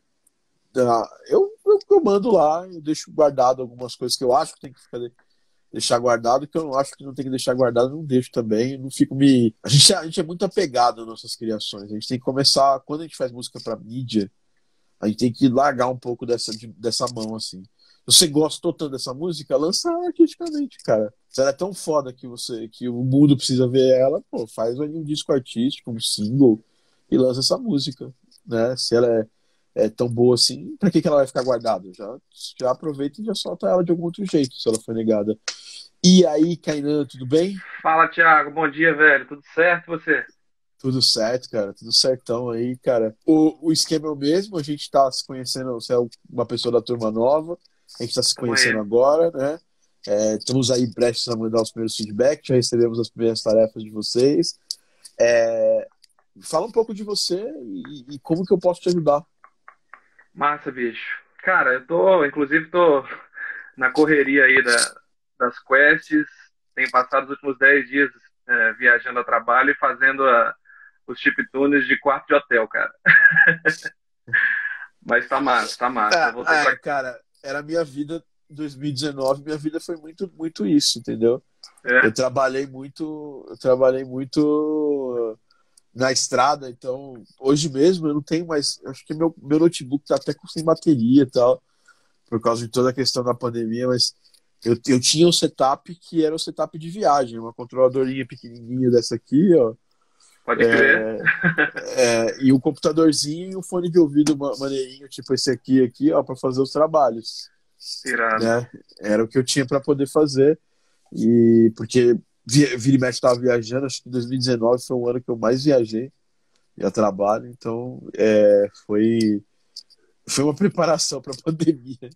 Eu mando lá, eu deixo guardado algumas coisas que eu acho que tem que ficar deixar guardado, que eu não acho que não tem que deixar guardado, eu não deixo também, eu não fico me. A gente é muito apegado às nossas criações. A gente tem que começar, quando a gente faz música para mídia, a gente tem que largar um pouco dessa mão, assim. Se você gostou tanto dessa música, lança artisticamente, cara. Se ela é tão foda que o mundo precisa ver ela, pô, faz ali um disco artístico, um single, e lança essa música, né? Se ela é tão boa assim, pra que ela vai ficar guardada? Já aproveita e já solta ela de algum outro jeito, se ela for negada. E aí, Kainan, tudo bem? Fala, Thiago. Bom dia, velho. Tudo certo e você? Tudo certo, cara. Tudo certão aí, cara. O esquema é o mesmo, a gente tá se conhecendo, você é uma pessoa da turma nova, a gente tá se Tamo conhecendo aí. agora, né? Estamos aí prestes a mandar os primeiros feedbacks, já recebemos as primeiras tarefas de vocês. É, Fala um pouco de você e como que eu posso te ajudar. Massa, bicho. Cara, inclusive, tô na correria aí das quests. Tenho passado os últimos 10 dias viajando a trabalho e fazendo os chiptunes de quarto de hotel, cara. Mas tá massa, tá massa. Eu voltei pra... Cara, era a minha vida em 2019, minha vida foi muito, muito isso, entendeu? É, Eu trabalhei muito na estrada, então hoje mesmo eu não tenho mais, acho que meu notebook tá até sem bateria e tal, por causa de toda a questão da pandemia, mas eu tinha um setup que era um setup de viagem, uma controladorinha pequenininha dessa aqui, ó, pode crer. é, e um computadorzinho e um fone de ouvido maneirinho, tipo esse aqui, ó, para fazer os trabalhos, Irado. né? Era o que eu tinha para poder fazer. E porque vira e mexe estava viajando, acho que 2019 foi o ano que eu mais viajei a trabalho, então foi uma preparação para a pandemia.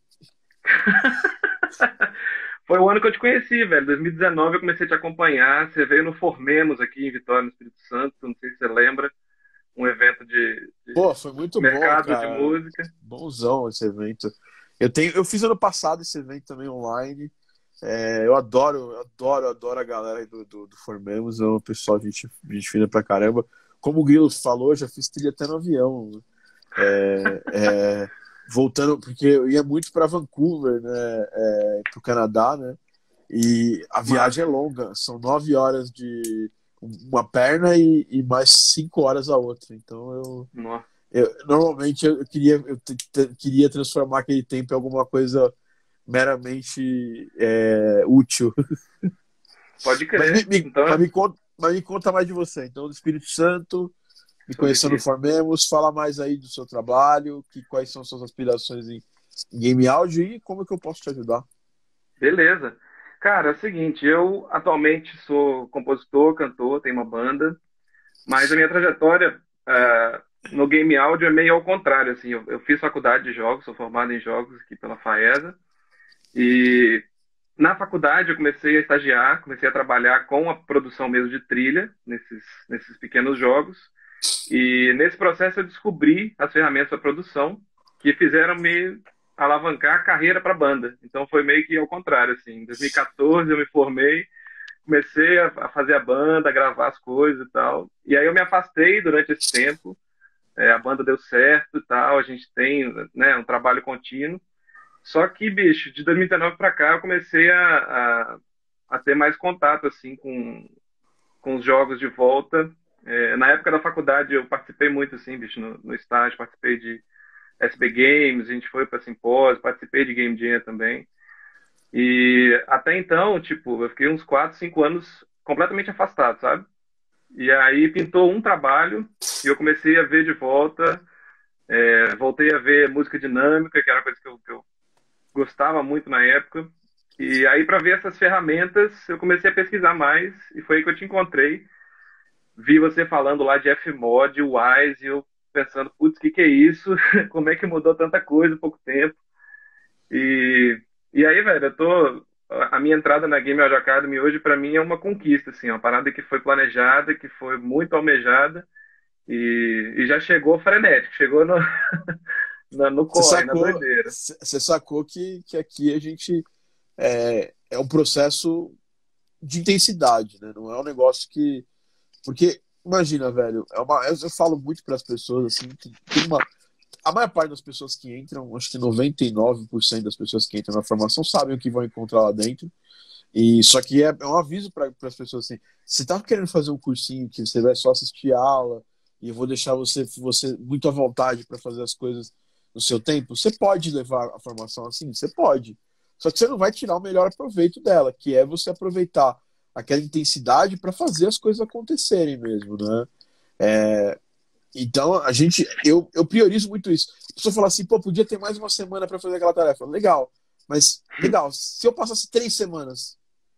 Foi o ano que eu te conheci, velho. 2019 eu comecei a te acompanhar. Você veio no Formemos aqui em Vitória, no Espírito Santo. Não sei se você lembra. Um evento Pô, de foi muito bom, mercado de cara. música. Bonzão esse evento. Eu fiz ano passado esse evento também online. Eu adoro a galera aí do Formemos. É um pessoal, gente fina pra caramba. Como o Grilo falou, já fiz trilha até no avião. É, é, voltando, porque eu ia muito para Vancouver, né, pro Canadá, né, e a viagem é Massa. longa, são 9 horas de uma perna e mais 5 horas a outra, então Nó. normalmente queria transformar aquele tempo em alguma coisa meramente útil. Pode Mas crer. Então, me conta mais de você, então, do Espírito Santo, me sou conhecendo daqui. Formemos, fala mais aí do seu trabalho, quais são suas aspirações em game áudio e como é que eu posso te ajudar. Beleza. Cara, é o seguinte, eu atualmente sou compositor, cantor, tenho uma banda, mas a minha trajetória no game áudio é meio ao contrário, assim, eu fiz faculdade de jogos, sou formado em jogos aqui pela FAESA, e na faculdade eu comecei a estagiar, comecei a trabalhar com a produção mesmo de trilha, nesses pequenos jogos, e nesse processo eu descobri as ferramentas para produção que fizeram me alavancar a carreira para banda. Então foi meio que ao contrário, assim. Em 2014 eu me formei, comecei a fazer a banda, a gravar as coisas e tal. E aí eu me afastei durante esse tempo. A banda deu certo e tal, a gente tem, né, um trabalho contínuo. Só que, bicho, de 2019 para cá eu comecei a ter mais contato assim com os jogos de volta. Na época da faculdade eu participei muito, assim, bicho, no estágio, participei de SB Games, a gente foi para simpósio, participei de Game Jam também. E até então, tipo, eu fiquei uns 4, 5 anos completamente afastado, sabe? E aí pintou um trabalho e eu comecei a ver de volta, voltei a ver música dinâmica, que era uma coisa que eu gostava muito na época. E aí, para ver essas ferramentas, eu comecei a pesquisar mais e foi aí que eu te encontrei. Vi você falando lá de Fmod, Wise, e eu pensando, putz, o que é isso? Como é que mudou tanta coisa em pouco tempo? E, e aí, velho, a minha entrada na Game Audio Academy hoje, pra mim, é uma conquista, assim, uma parada que foi planejada, que foi muito almejada e já chegou frenético, chegou no, no Você corre, na sacou, doideira. você sacou que aqui a gente é um processo de intensidade, né? Não é um negócio que. Porque, imagina, velho, eu falo muito para as pessoas, assim, que tem uma. A maior parte das pessoas que entram, acho que 99% das pessoas que entram na formação sabem o que vão encontrar lá dentro. E só que é um aviso para as pessoas assim: você tá querendo fazer um cursinho que você vai só assistir a aula e eu vou deixar você muito à vontade para fazer as coisas no seu tempo? Você pode levar a formação assim? Você pode. Só que você não vai tirar o melhor proveito dela, que é você aproveitar aquela intensidade para fazer as coisas acontecerem mesmo, né? Então, eu priorizo muito isso. A pessoa fala assim, pô, podia ter mais uma semana para fazer aquela tarefa. Legal, mas legal, se eu passasse 3 semanas,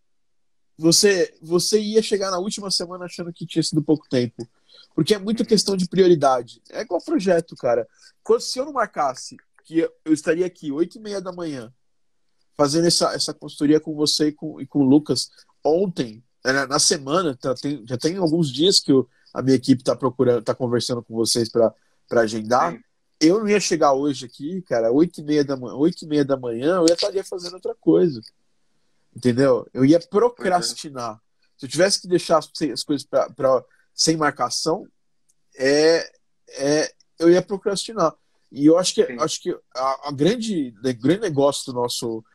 você ia chegar na última semana achando que tinha sido pouco tempo. Porque é muito Uhum. questão de prioridade. É igual projeto, cara. Se eu não marcasse que eu estaria aqui 8h30 da manhã fazendo essa consultoria com você e com o Lucas ontem, na semana, já tem alguns dias que a minha equipe está procurando, está conversando com vocês para agendar. Sim, Eu não ia chegar hoje aqui, cara, 8h30 da manhã, eu estaria fazendo outra coisa. Entendeu? Eu ia pois é. procrastinar. Se eu tivesse que deixar as coisas sem marcação, é, eu ia procrastinar. E eu acho que, sim, a grande negócio do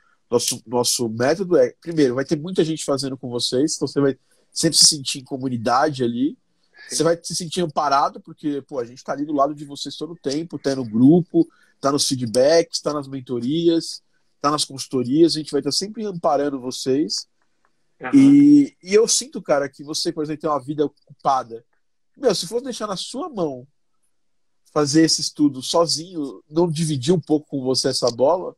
nosso método é, primeiro, vai ter muita gente fazendo com vocês, então você vai sempre se sentir em comunidade ali. Você sim. vai se sentir amparado, porque pô, a gente está ali do lado de vocês todo o tempo, tá no grupo, tá nos feedbacks, tá nas mentorias, tá nas consultorias, a gente vai estar sempre amparando vocês. Aham. E eu sinto, cara, que você, por exemplo, tem uma vida ocupada. Meu, se for deixar na sua mão fazer esse estudo sozinho, não dividir um pouco com você essa bola,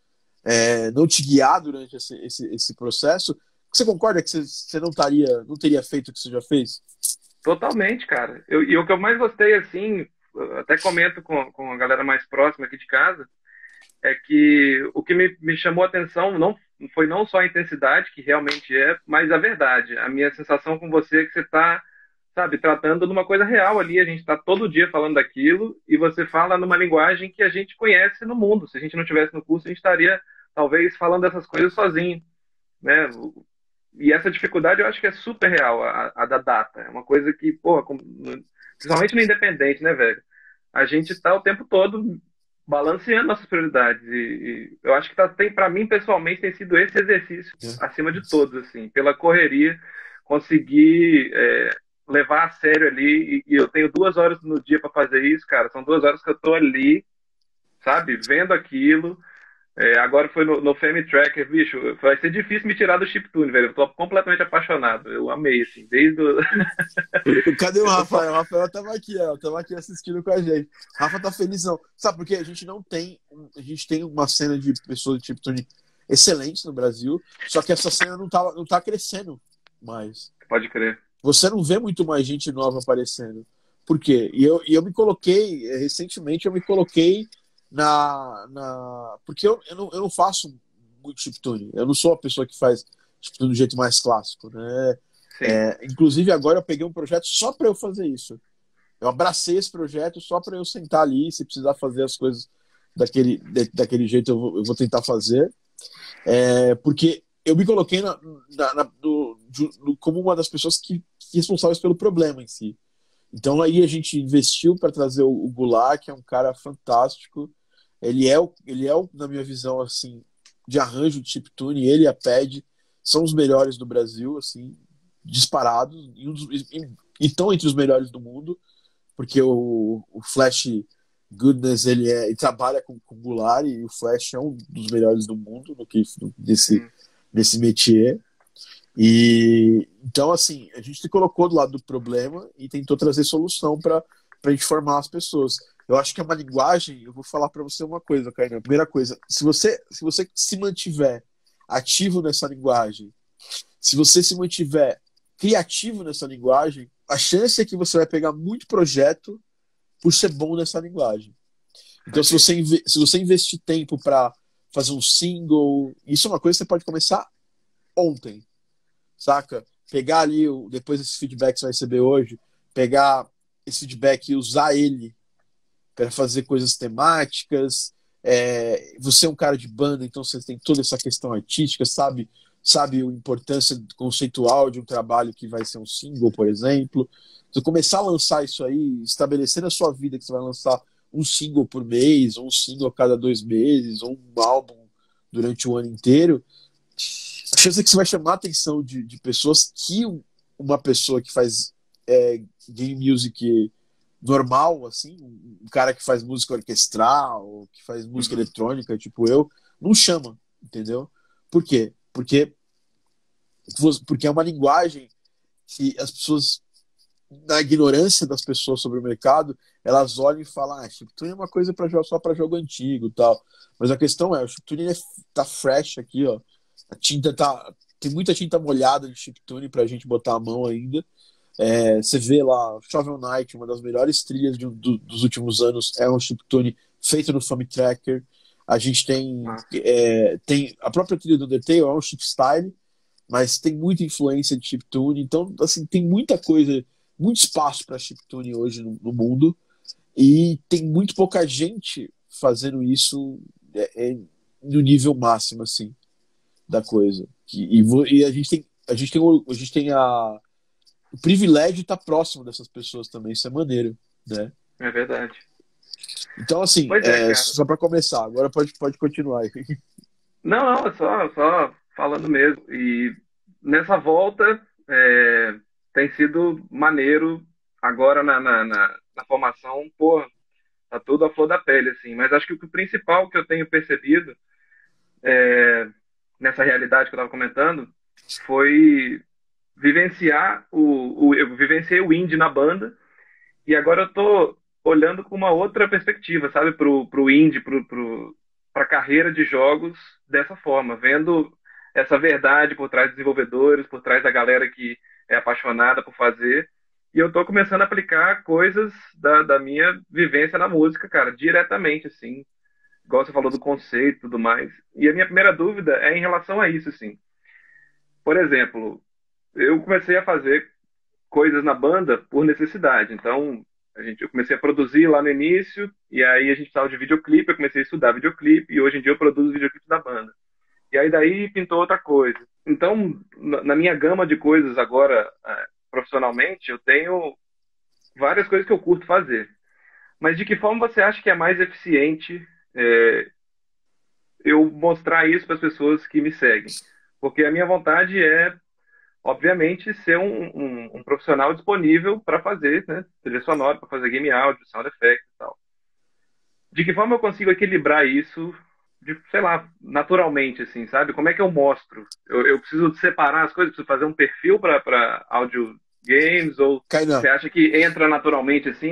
não te guiar durante esse processo, você concorda que você não teria feito o que você já fez? Totalmente, cara. E o que eu mais gostei, assim, eu até comento com a galera mais próxima aqui de casa, é que o que me chamou a atenção não foi não só a intensidade, que realmente é, mas a verdade. A minha sensação com você é que você está, sabe, tratando de uma coisa real ali. A gente está todo dia falando daquilo e você fala numa linguagem que a gente conhece no mundo. Se a gente não tivesse no curso, a gente estaria, talvez, falando dessas coisas sozinho, né? E essa dificuldade eu acho que é super real, a da data. É uma coisa que, pô, principalmente no independente, né, velho? A gente está o tempo todo balanceando nossas prioridades. E eu acho que para mim, pessoalmente, tem sido esse exercício acima de todos, assim, pela correria, conseguir levar a sério ali. E eu tenho 2 horas no dia para fazer isso, cara. São 2 horas que eu tô ali, sabe, vendo aquilo. Agora foi no Fame Tracker, bicho, vai ser difícil me tirar do chiptune, velho. Eu tô completamente apaixonado. Eu amei, assim, desde o... Cadê o Eu tô só... Rafael? O Rafael tava aqui, ó. Tava aqui assistindo com a gente. O Rafa tá felizão. Sabe por quê? A gente não tem. A gente tem uma cena de pessoas de chiptune excelentes no Brasil, só que essa cena não tá crescendo mais. Pode crer. Você não vê muito mais gente nova aparecendo. Por quê? E eu me coloquei, recentemente eu me coloquei porque eu não faço muito chiptune. Eu não sou a pessoa que faz chiptune do jeito mais clássico, né? Sim. Inclusive agora eu peguei um projeto só para eu fazer isso. Eu abracei esse projeto só para eu sentar ali, se precisar fazer as coisas daquele jeito eu vou tentar fazer. Porque eu me coloquei como uma das pessoas que responsáveis pelo problema em si. Então aí a gente investiu para trazer o Goulart, que é um cara fantástico. Na minha visão, assim, de arranjo de chiptune, ele e a Pad são os melhores do Brasil, assim, disparados, e estão entre os melhores do mundo, porque o Flash Goodness, ele trabalha com o Goulart, e o Flash é um dos melhores do mundo desse métier. E então, assim, a gente se colocou do lado do problema e tentou trazer solução para a gente formar as pessoas. Eu acho que é uma linguagem. Eu vou falar para você uma coisa, Kainan. Primeira coisa, se você se mantiver ativo nessa linguagem, se você se mantiver criativo nessa linguagem, a chance é que você vai pegar muito projeto por ser bom nessa linguagem. Então, se você investir tempo para fazer um single, isso é uma coisa que você pode começar ontem, saca? Pegar ali, depois desse feedback que você vai receber hoje, pegar esse feedback e usar ele para fazer coisas temáticas. Você é um cara de banda, então você tem toda essa questão artística, sabe a importância conceitual de um trabalho que vai ser um single, por exemplo. Você começar a lançar isso aí, estabelecer na sua vida que você vai lançar um single por mês, ou um single a cada 2 meses, ou um álbum durante o ano inteiro, a chance é que você vai chamar a atenção de pessoas que uma pessoa que faz game music normal, assim, um cara que faz música orquestral, ou que faz música eletrônica, tipo eu, não chama, entendeu? Por quê? Porque é uma linguagem que as pessoas, na ignorância das pessoas sobre o mercado, elas olham e falam, chiptune é uma coisa só para jogo antigo e tal. Mas a questão o chiptune tá fresh aqui, ó. A tinta tem muita tinta molhada de chiptune pra gente botar a mão ainda. Você vê lá, Shovel Knight, uma das melhores trilhas dos últimos anos, é um chiptune feito no Fame Tracker. A gente tem a própria trilha do Undertale, é um chipstyle, mas tem muita influência de chiptune. Então, assim, tem muita coisa, muito espaço para chiptune hoje no mundo, e tem muito pouca gente fazendo isso no nível máximo, assim, da coisa. E a gente tem o privilégio de estar próximo dessas pessoas também, isso é maneiro, né? É verdade. Então, assim, Pois é, cara. só para começar, agora pode continuar aí. Não, não, é só falando mesmo. E nessa volta tem sido maneiro agora na formação, pô, tá tudo à flor da pele, assim. Mas acho que o principal que eu tenho percebido nessa realidade que eu estava comentando foi vivenciar eu vivenciei o indie na banda e agora eu tô olhando com uma outra perspectiva, sabe, pro indie, pra carreira de jogos dessa forma, vendo essa verdade por trás dos desenvolvedores, por trás da galera que é apaixonada por fazer. E eu tô começando a aplicar coisas da minha vivência na música, cara, diretamente, assim. Igual você falou do conceito e tudo mais. E a minha primeira dúvida é em relação a isso, assim. Por exemplo, eu comecei a fazer coisas na banda por necessidade. Então, eu comecei a produzir lá no início, e aí a gente precisava de videoclipe, eu comecei a estudar videoclipe, e hoje em dia eu produzo videoclipe da banda. E aí daí pintou outra coisa. Então, na minha gama de coisas agora, profissionalmente, eu tenho várias coisas que eu curto fazer. Mas de que forma você acha que é mais eficiente é, eu mostrar isso para as pessoas que me seguem? Porque a minha vontade é obviamente, ser um profissional disponível para fazer, né, trilha sonora, para fazer game audio, sound effects e tal. De que forma eu consigo equilibrar isso, sei lá, naturalmente, assim, sabe? Como é que eu mostro? Eu preciso separar as coisas, preciso fazer um perfil para audio games, ou Kainan, você acha que entra naturalmente, assim,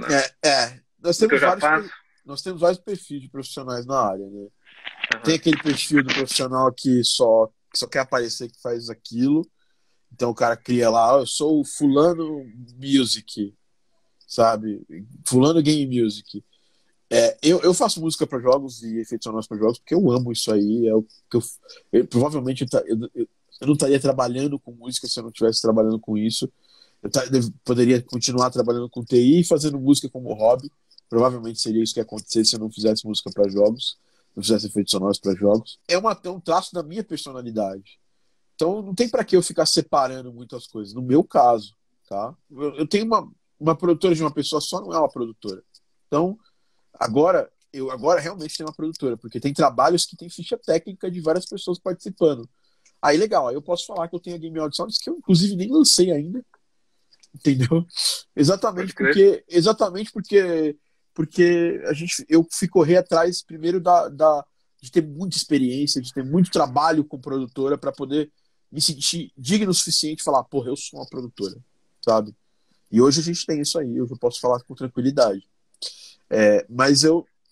nós no que eu temos já faço? vários perfis de profissionais na área, né? Tem Aham. aquele perfil do profissional que só quer aparecer que faz aquilo. Então o cara cria lá, eu sou o fulano music, sabe? Fulano game music. Eu faço música para jogos e efeitos sonoros para jogos porque eu amo isso aí. É o que provavelmente eu não estaria trabalhando com música se eu não estivesse trabalhando com isso. Eu poderia continuar trabalhando com TI e fazendo música como hobby. Provavelmente seria isso que ia acontecer se eu não fizesse música para jogos, não fizesse efeitos sonoros para jogos. É um traço da minha personalidade. Então não tem para que eu ficar separando muitas coisas. No meu caso, tá? Eu tenho uma produtora de uma pessoa só, não é uma produtora. Então, agora realmente tem uma produtora, porque tem trabalhos que tem ficha técnica de várias pessoas participando. Aí legal, aí eu posso falar que eu tenho a Game Audio Sounds que eu inclusive nem lancei ainda, entendeu? Pode crer. Porque eu fui correr atrás primeiro de ter muita experiência, de ter muito trabalho com produtora para poder me sentir digno o suficiente e falar, porra, eu sou uma produtora, sabe? E hoje a gente tem isso aí, hoje eu posso falar com tranquilidade. Mas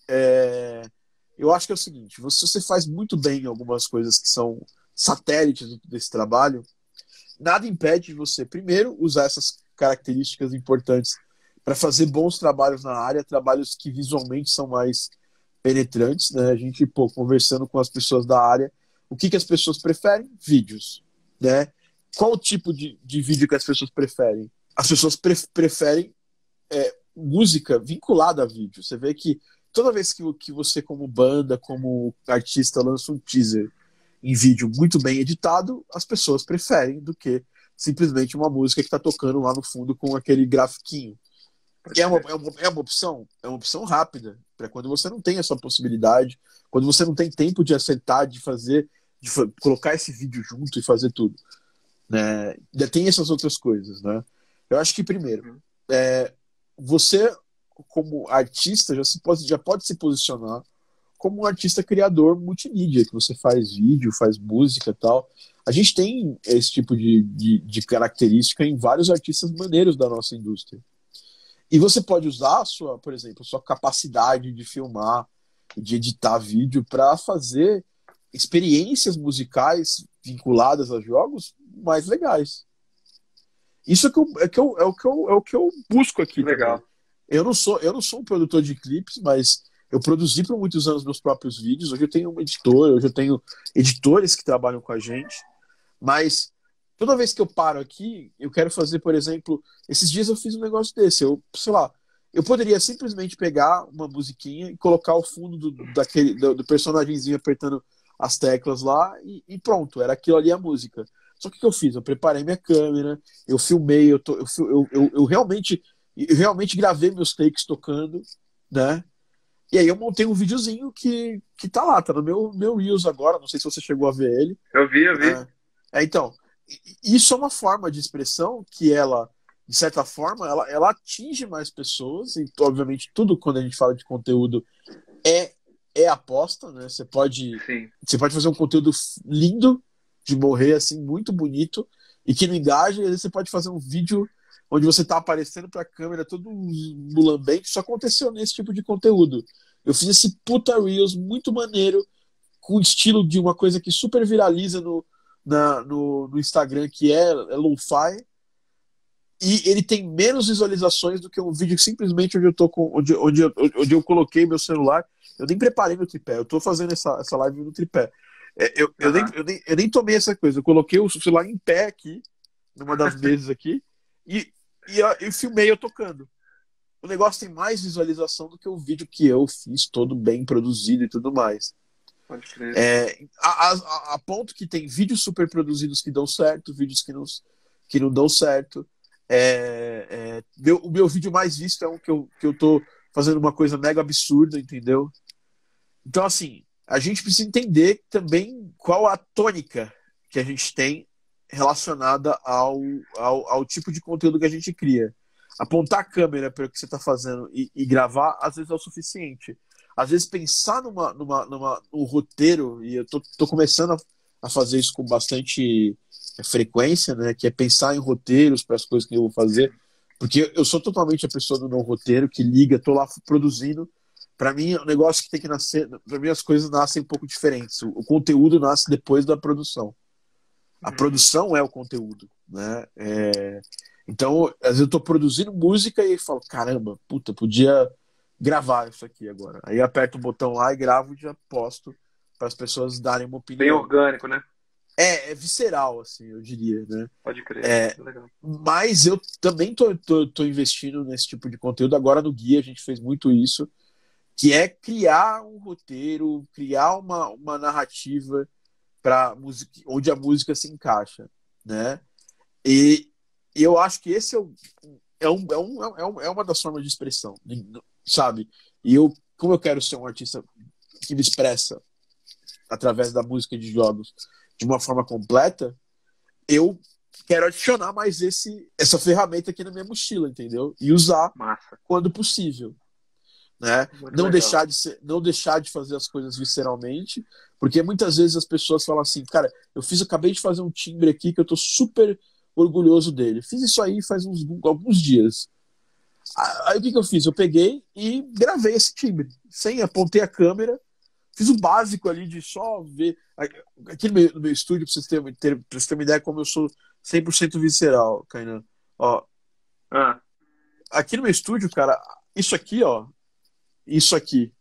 eu acho que é o seguinte, se você faz muito bem algumas coisas que são satélites desse trabalho, nada impede de você, primeiro, usar essas características importantes para fazer bons trabalhos na área, trabalhos que visualmente são mais penetrantes, né? A gente, pô, conversando com as pessoas da área, o que as pessoas preferem? Vídeos, né? Qual o tipo de vídeo que as pessoas preferem? As pessoas preferem música vinculada a vídeo. Você vê que toda vez que você, como banda, como artista, lança um teaser em vídeo muito bem editado, as pessoas preferem do que simplesmente uma música que está tocando lá no fundo com aquele grafiquinho. Pode crer. É uma opção? É uma opção rápida, para quando você não tem essa possibilidade, quando você não tem tempo de acertar, colocar esse vídeo junto e fazer tudo. Né? Ainda tem essas outras coisas, né? Eu acho que, primeiro, Uhum. você, como artista, já pode se posicionar como um artista criador multimídia, que você faz vídeo, faz música e tal. A gente tem esse tipo de característica em vários artistas maneiros da nossa indústria. E você pode usar, por exemplo, a sua capacidade de filmar, de editar vídeo para fazer experiências musicais vinculadas a jogos mais legais. Isso é o que eu busco aqui também. Legal. Eu não sou um produtor de clipes, mas eu produzi por muitos anos meus próprios vídeos. Hoje eu tenho uma editora, hoje eu tenho editores que trabalham com a gente. Mas toda vez que eu paro aqui, eu quero fazer, por exemplo, esses dias eu fiz um negócio desse. Sei lá, eu poderia simplesmente pegar uma musiquinha e colocar o fundo do personagemzinho apertando as teclas lá e pronto, era aquilo ali a música. Só que o que eu fiz? Eu preparei minha câmera, eu filmei, eu realmente gravei meus takes tocando, né? E aí eu montei um videozinho que tá lá, tá no meu Reels agora, não sei se você chegou a ver ele. Eu vi. Então, isso é uma forma de expressão que ela, de certa forma, ela atinge mais pessoas, e obviamente tudo quando a gente fala de conteúdo é aposta, né? Sim. Você pode fazer um conteúdo lindo de morrer, assim, muito bonito, e que não engaja, e aí você pode fazer um vídeo onde você tá aparecendo pra câmera todo mulambente. Isso aconteceu nesse tipo de conteúdo. Eu fiz esse puta Reels muito maneiro, com o estilo de uma coisa que super viraliza no Instagram, que é lo-fi, e ele tem menos visualizações do que um vídeo simplesmente onde eu tô onde eu coloquei meu celular. Eu nem preparei meu tripé, eu tô fazendo essa live no tripé. Eu nem tomei essa coisa, eu coloquei o celular em pé aqui, numa das mesas aqui, e filmei eu tocando. O negócio tem mais visualização do que o vídeo que eu fiz, todo bem produzido e tudo mais. Pode crer. A ponto que tem vídeos super produzidos que dão certo, vídeos que não dão certo. O meu vídeo mais visto é um que eu tô fazendo uma coisa mega absurda, entendeu? Então, assim, a gente precisa entender também qual a tônica que a gente tem relacionada ao tipo de conteúdo que a gente cria. Apontar a câmera para o que você está fazendo e gravar, às vezes é o suficiente. Às vezes pensar num roteiro, e eu tô começando a fazer isso com bastante frequência, né? Que é pensar em roteiros para as coisas que eu vou fazer. Porque eu sou totalmente a pessoa do não roteiro, que liga, tô lá produzindo. Para mim, o negócio que tem que nascer, para mim as coisas nascem um pouco diferentes. O conteúdo nasce depois da produção. A produção é o conteúdo, né? Então, às vezes eu tô produzindo música e falo, caramba, puta, podia gravar isso aqui agora. Aí eu aperto o botão lá e gravo e já posto para as pessoas darem uma opinião. Bem orgânico, né? É visceral, assim, eu diria, né? Pode crer. Legal. Mas eu também tô investindo nesse tipo de conteúdo. Agora no Guia a gente fez muito isso, que é criar um roteiro, criar uma narrativa para música, onde a música se encaixa, né? E eu acho que esse é uma das formas de expressão, sabe? E como eu quero ser um artista que me expressa através da música de jogos de uma forma completa, eu quero adicionar mais essa ferramenta aqui na minha mochila, entendeu? E usar quando possível. Né? Não deixar de fazer as coisas visceralmente, porque muitas vezes as pessoas falam assim, cara, acabei de fazer um timbre aqui que eu tô super orgulhoso dele. Fiz isso aí faz alguns dias. Aí o que eu fiz? Eu peguei e gravei esse timbre, apontei a câmera, fiz o básico ali de só ver. Aqui no meu estúdio, pra vocês terem uma ideia como eu sou 100% visceral, Kainan. Ó, aqui no meu estúdio, cara, isso aqui, ó, isso aqui.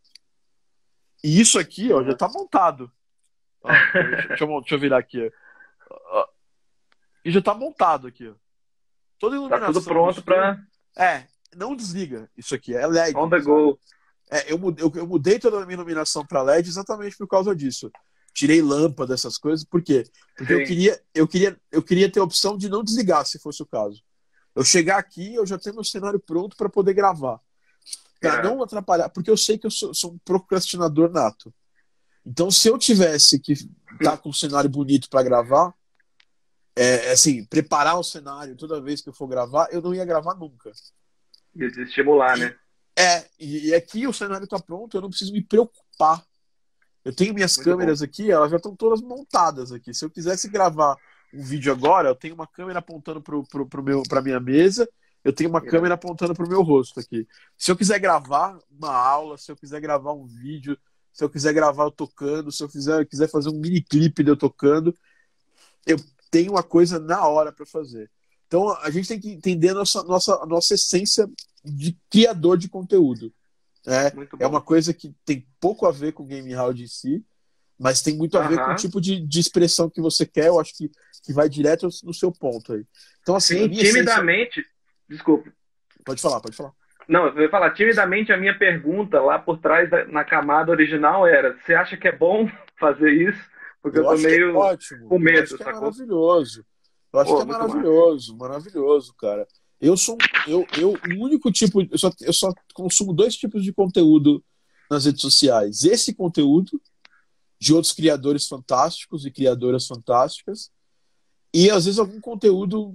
E isso aqui, ó, já tá montado. Ó, deixa eu virar aqui. Ó. E já tá montado aqui, ó. Toda a iluminação. Tá tudo pronto pra... não desliga. Isso aqui é LED. On the go. Eu mudei toda a minha iluminação pra LED exatamente por causa disso. Tirei lâmpada, essas coisas. Por quê? Porque eu queria ter a opção de não desligar, se fosse o caso. Eu chegar aqui, eu já tenho meu cenário pronto para poder gravar. Pra não atrapalhar, porque eu sei que eu sou um procrastinador nato. Então, se eu tivesse que estar com um cenário bonito para gravar, assim, preparar o cenário toda vez que eu for gravar, eu não ia gravar nunca. Ia desestimular, né? E aqui o cenário tá pronto, eu não preciso me preocupar. Eu tenho minhas câmeras aqui, elas já estão todas montadas aqui. Se eu quisesse gravar um vídeo agora, eu tenho uma câmera apontando pra minha mesa, eu tenho uma câmera apontando pro meu rosto aqui. Se eu quiser gravar uma aula, se eu quiser gravar um vídeo, se eu quiser gravar eu tocando, se eu quiser fazer um mini clipe de eu tocando, eu tenho uma coisa na hora para fazer. Então a gente tem que entender a nossa essência de criador de conteúdo. É uma coisa que tem pouco a ver com o Game House em si, mas tem muito a ver com o tipo de expressão que você quer. Eu acho que vai direto no seu ponto aí. Então, assim, timidamente... Desculpa. Pode falar. Não, eu ia falar, timidamente a minha pergunta lá por trás, na camada original era, você acha que é bom fazer isso? Porque eu tô meio com medo. Eu acho que é maravilhoso. Eu acho que é maravilhoso, cara. O único tipo, eu só consumo 2 tipos de conteúdo nas redes sociais esse conteúdo de outros criadores fantásticos e criadoras fantásticas, e às vezes algum conteúdo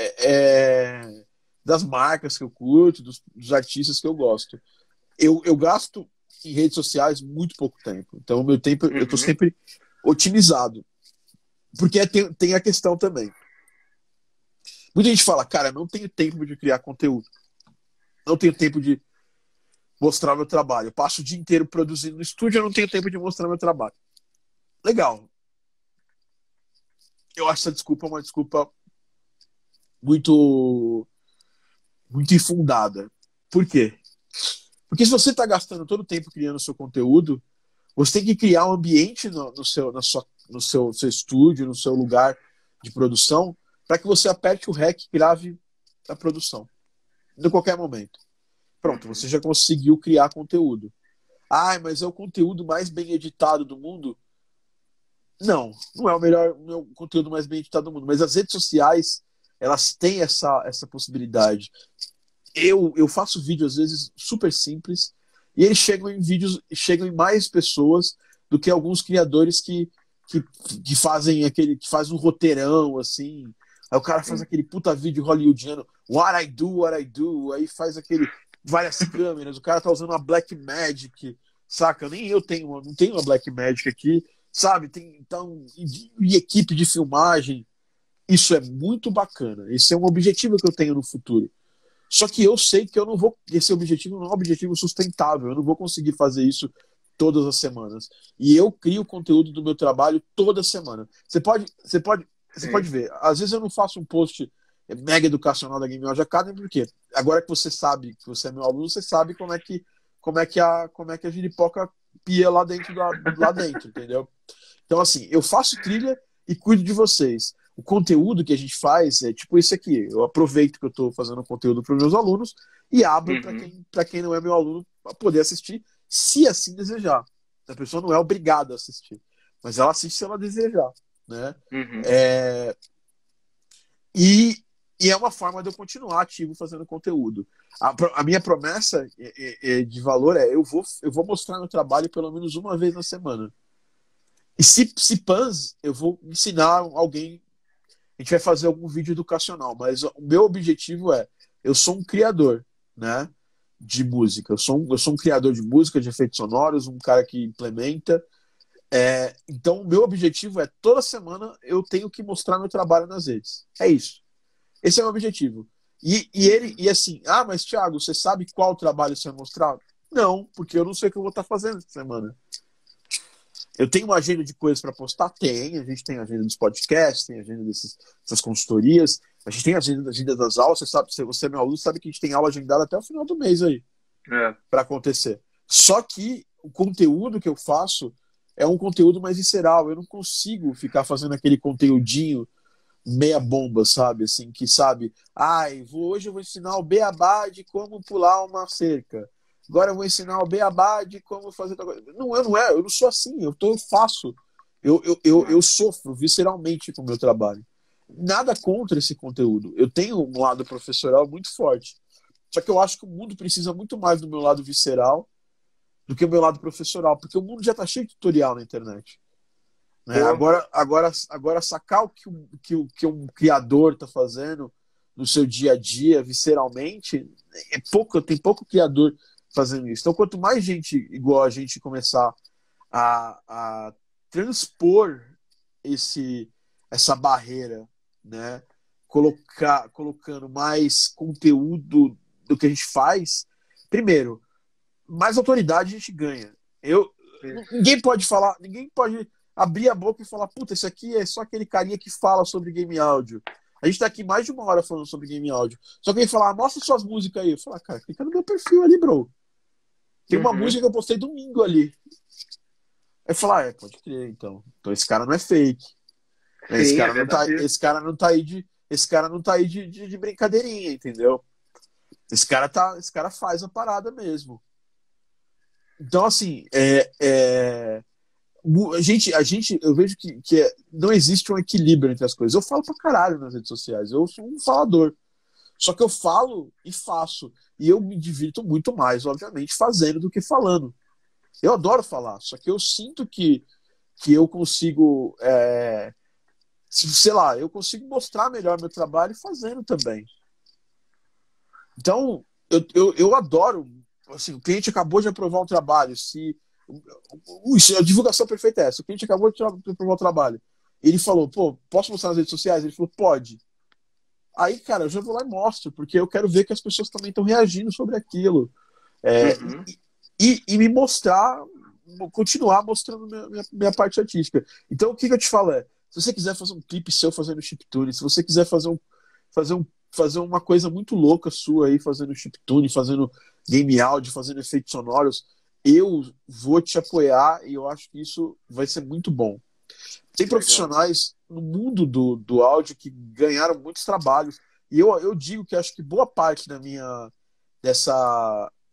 das marcas que eu curto, dos artistas que eu gosto. Eu gasto em redes sociais muito pouco tempo. Então, o meu tempo eu estou sempre otimizado. Porque tem a questão também. Muita gente fala, cara, não tenho tempo de criar conteúdo. Não tenho tempo de mostrar meu trabalho. Eu passo o dia inteiro produzindo no estúdio, eu não tenho tempo de mostrar meu trabalho. Legal. Eu acho essa desculpa uma desculpa muito, muito infundada. Por quê? Porque se você está gastando todo o tempo criando o seu conteúdo, você tem que criar um ambiente no seu estúdio, no seu lugar de produção, para que você aperte o REC e grave a produção. De qualquer momento. Pronto, você já conseguiu criar conteúdo. Ah, mas é o conteúdo mais bem editado do mundo? Não é o melhor, não é o conteúdo mais bem editado do mundo. Mas as redes sociais, elas têm essa possibilidade. Eu faço vídeos, às vezes, super simples, e eles chegam em mais pessoas do que alguns criadores que fazem um roteirão, assim. Aí o cara faz aquele puta vídeo hollywoodiano, what I do, aí faz várias câmeras, o cara tá usando uma Blackmagic, saca? Nem eu não tenho uma Blackmagic aqui, sabe? Então, e equipe de filmagem, isso é muito bacana. Esse é um objetivo que eu tenho no futuro. Só que eu sei que esse objetivo não é um objetivo sustentável, eu não vou conseguir fazer isso todas as semanas. E eu crio conteúdo do meu trabalho toda semana. Você pode ver, às vezes eu não faço um post mega educacional da Game Audio Academy, porque agora que você sabe que você é meu aluno, você sabe como é que a giripoca pia lá dentro, entendeu? Então, assim, eu faço trilha e cuido de vocês. O conteúdo que a gente faz é tipo esse aqui. Eu aproveito que eu estou fazendo conteúdo para os meus alunos e abro para quem não é meu aluno para poder assistir, se assim desejar. A pessoa não é obrigada a assistir, mas ela assiste se ela desejar, né? E é uma forma de eu continuar ativo fazendo conteúdo. A minha promessa de valor é eu vou mostrar meu trabalho pelo menos uma vez na semana. E se pans, eu vou ensinar alguém. A gente vai fazer algum vídeo educacional, mas o meu objetivo eu sou um criador, né, de música. Eu sou um criador de música, de efeitos sonoros, um cara que implementa. Então, o meu objetivo toda semana eu tenho que mostrar meu trabalho nas redes. É isso. Esse é o meu objetivo. E assim, mas Thiago, você sabe qual trabalho você vai mostrar? Não, porque eu não sei o que eu vou estar fazendo essa semana. Eu tenho uma agenda de coisas para postar? Tem. A gente tem a agenda dos podcasts, tem a agenda dessas consultorias, a gente tem a agenda das aulas. Você sabe, se você é meu aluno, sabe que a gente tem aula agendada até o final do mês aí para acontecer. Só que o conteúdo que eu faço é um conteúdo mais visceral. Eu não consigo ficar fazendo aquele conteúdinho meia bomba, sabe? Assim, que sabe, hoje eu vou ensinar o beabá de como pular uma cerca. Agora eu vou ensinar o beabá de como fazer tal coisa. Eu não sou assim, eu faço. Eu sofro visceralmente com o meu trabalho. Nada contra esse conteúdo. Eu tenho um lado professoral muito forte. Só que eu acho que o mundo precisa muito mais do meu lado visceral do que o meu lado professoral, porque o mundo já está cheio de tutorial na internet. Né? Agora sacar o que um criador está fazendo no seu dia a dia, visceralmente, tem pouco criador fazendo isso. Então, quanto mais gente igual a gente começar a transpor essa barreira, né? Colocando mais conteúdo do que a gente faz, primeiro, mais autoridade a gente ganha. Ninguém pode abrir a boca e falar, puta, esse aqui é só aquele carinha que fala sobre game áudio. A gente tá aqui mais de uma hora falando sobre game áudio. Só que ele fala, mostra suas músicas aí. Eu falo, cara, clica no meu perfil ali, bro. Tem uma música que eu postei domingo ali. Aí fala, pode crer, então. Então esse cara não é fake. Sim, esse cara não tá aí de brincadeirinha, entendeu? Esse cara faz a parada mesmo. Então, assim, eu vejo que não existe um equilíbrio entre as coisas. Eu falo pra caralho nas redes sociais. Eu sou um falador. Só que eu falo e faço. E eu me divirto muito mais, obviamente, fazendo do que falando. Eu adoro falar, só que eu sinto que eu consigo, sei lá, eu consigo mostrar melhor meu trabalho fazendo também. Então, eu adoro, assim, o cliente acabou de aprovar um trabalho, se a divulgação perfeita é essa, o cliente acabou de aprovar o trabalho, ele falou, pô, posso mostrar nas redes sociais? Ele falou, pode. Aí, cara, eu já vou lá e mostro, porque eu quero ver que as pessoas também estão reagindo sobre aquilo. É, Uhum. e me mostrar, continuar mostrando minha parte artística. Então, o que eu te falo é, se você quiser fazer um clipe seu fazendo chiptune, se você quiser fazer uma coisa muito louca sua aí, fazendo chiptune, fazendo game audio, fazendo efeitos sonoros, eu vou te apoiar e eu acho que isso vai ser muito bom. Tem Legal. profissionais no mundo do áudio que ganharam muitos trabalhos. E eu digo que acho que boa parte dessa.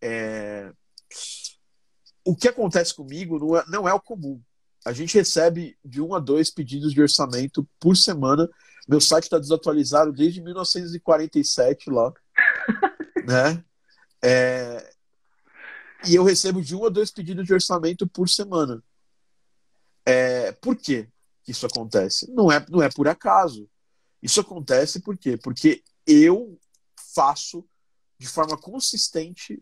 O que acontece comigo não é o comum. A gente recebe de 1 a 2 pedidos de orçamento por semana. Meu site está desatualizado desde 1947 lá, né? É, e eu recebo de 1 a 2 pedidos de orçamento por semana. Por quê que isso acontece? Não é por acaso. Isso acontece por quê? Porque eu faço de forma consistente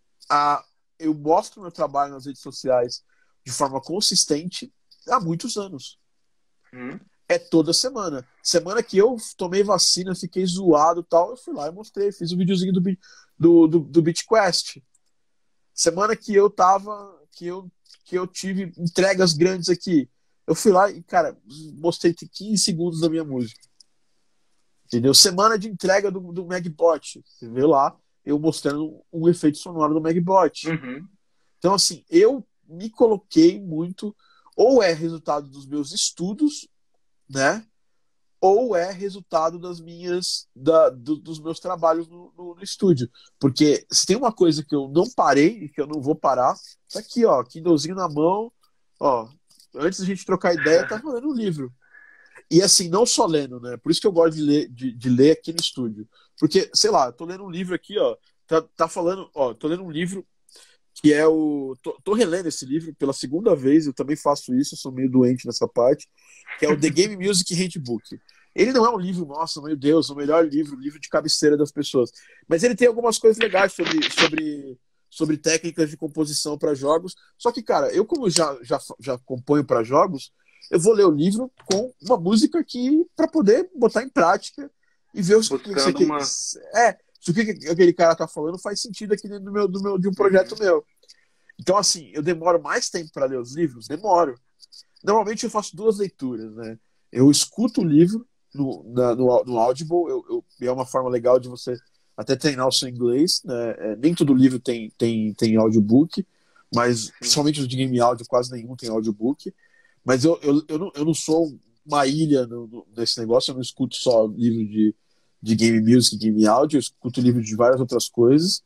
eu mostro meu trabalho nas redes sociais de forma consistente há muitos anos. Uhum. É toda semana. Semana que eu tomei vacina, fiquei zoado e tal, eu fui lá e mostrei, fiz um videozinho do BeatQuest. Semana que eu tava, que eu tive entregas grandes aqui, eu fui lá e, cara, mostrei 15 segundos da minha música. Entendeu? Semana de entrega do Magbot. Você vê lá, eu mostrando um efeito sonoro do Magbot. Uhum. Então, assim, eu me coloquei muito, ou é resultado dos meus estudos, né? Ou é resultado dos meus trabalhos no estúdio. Porque se tem uma coisa que eu não parei e que eu não vou parar, tá aqui, ó, Kindlezinho na mão, ó. Antes da gente trocar ideia, tá lendo um livro. E assim, não só lendo, né? Por isso que eu gosto de ler aqui no estúdio. Porque, sei lá, eu tô lendo um livro aqui, ó. Tá falando, ó, tô lendo um livro que é o. Tô relendo esse livro pela segunda vez, eu também faço isso, eu sou meio doente nessa parte, que é o The Game Music Handbook. Ele não é um livro, nossa, meu Deus, o melhor livro de cabeceira das pessoas. Mas ele tem algumas coisas legais sobre técnicas de composição para jogos. Só que, cara, eu, como já componho para jogos, eu vou ler o livro com uma música aqui para poder botar em prática e ver Buscando uma. se o que aquele cara tá falando faz sentido aqui dentro de um projeto Uhum. meu. Então, assim, eu demoro mais tempo para ler os livros? Demoro. Normalmente eu faço 2 leituras, né? Eu escuto o livro no Audible, é uma forma legal de você até treinar o seu inglês, né? Nem todo livro tem audiobook, mas Sim. principalmente os de game áudio, quase nenhum tem audiobook. Mas eu não sou uma ilha nesse negócio, eu não escuto só livro de game music, game áudio, eu escuto livro de várias outras coisas.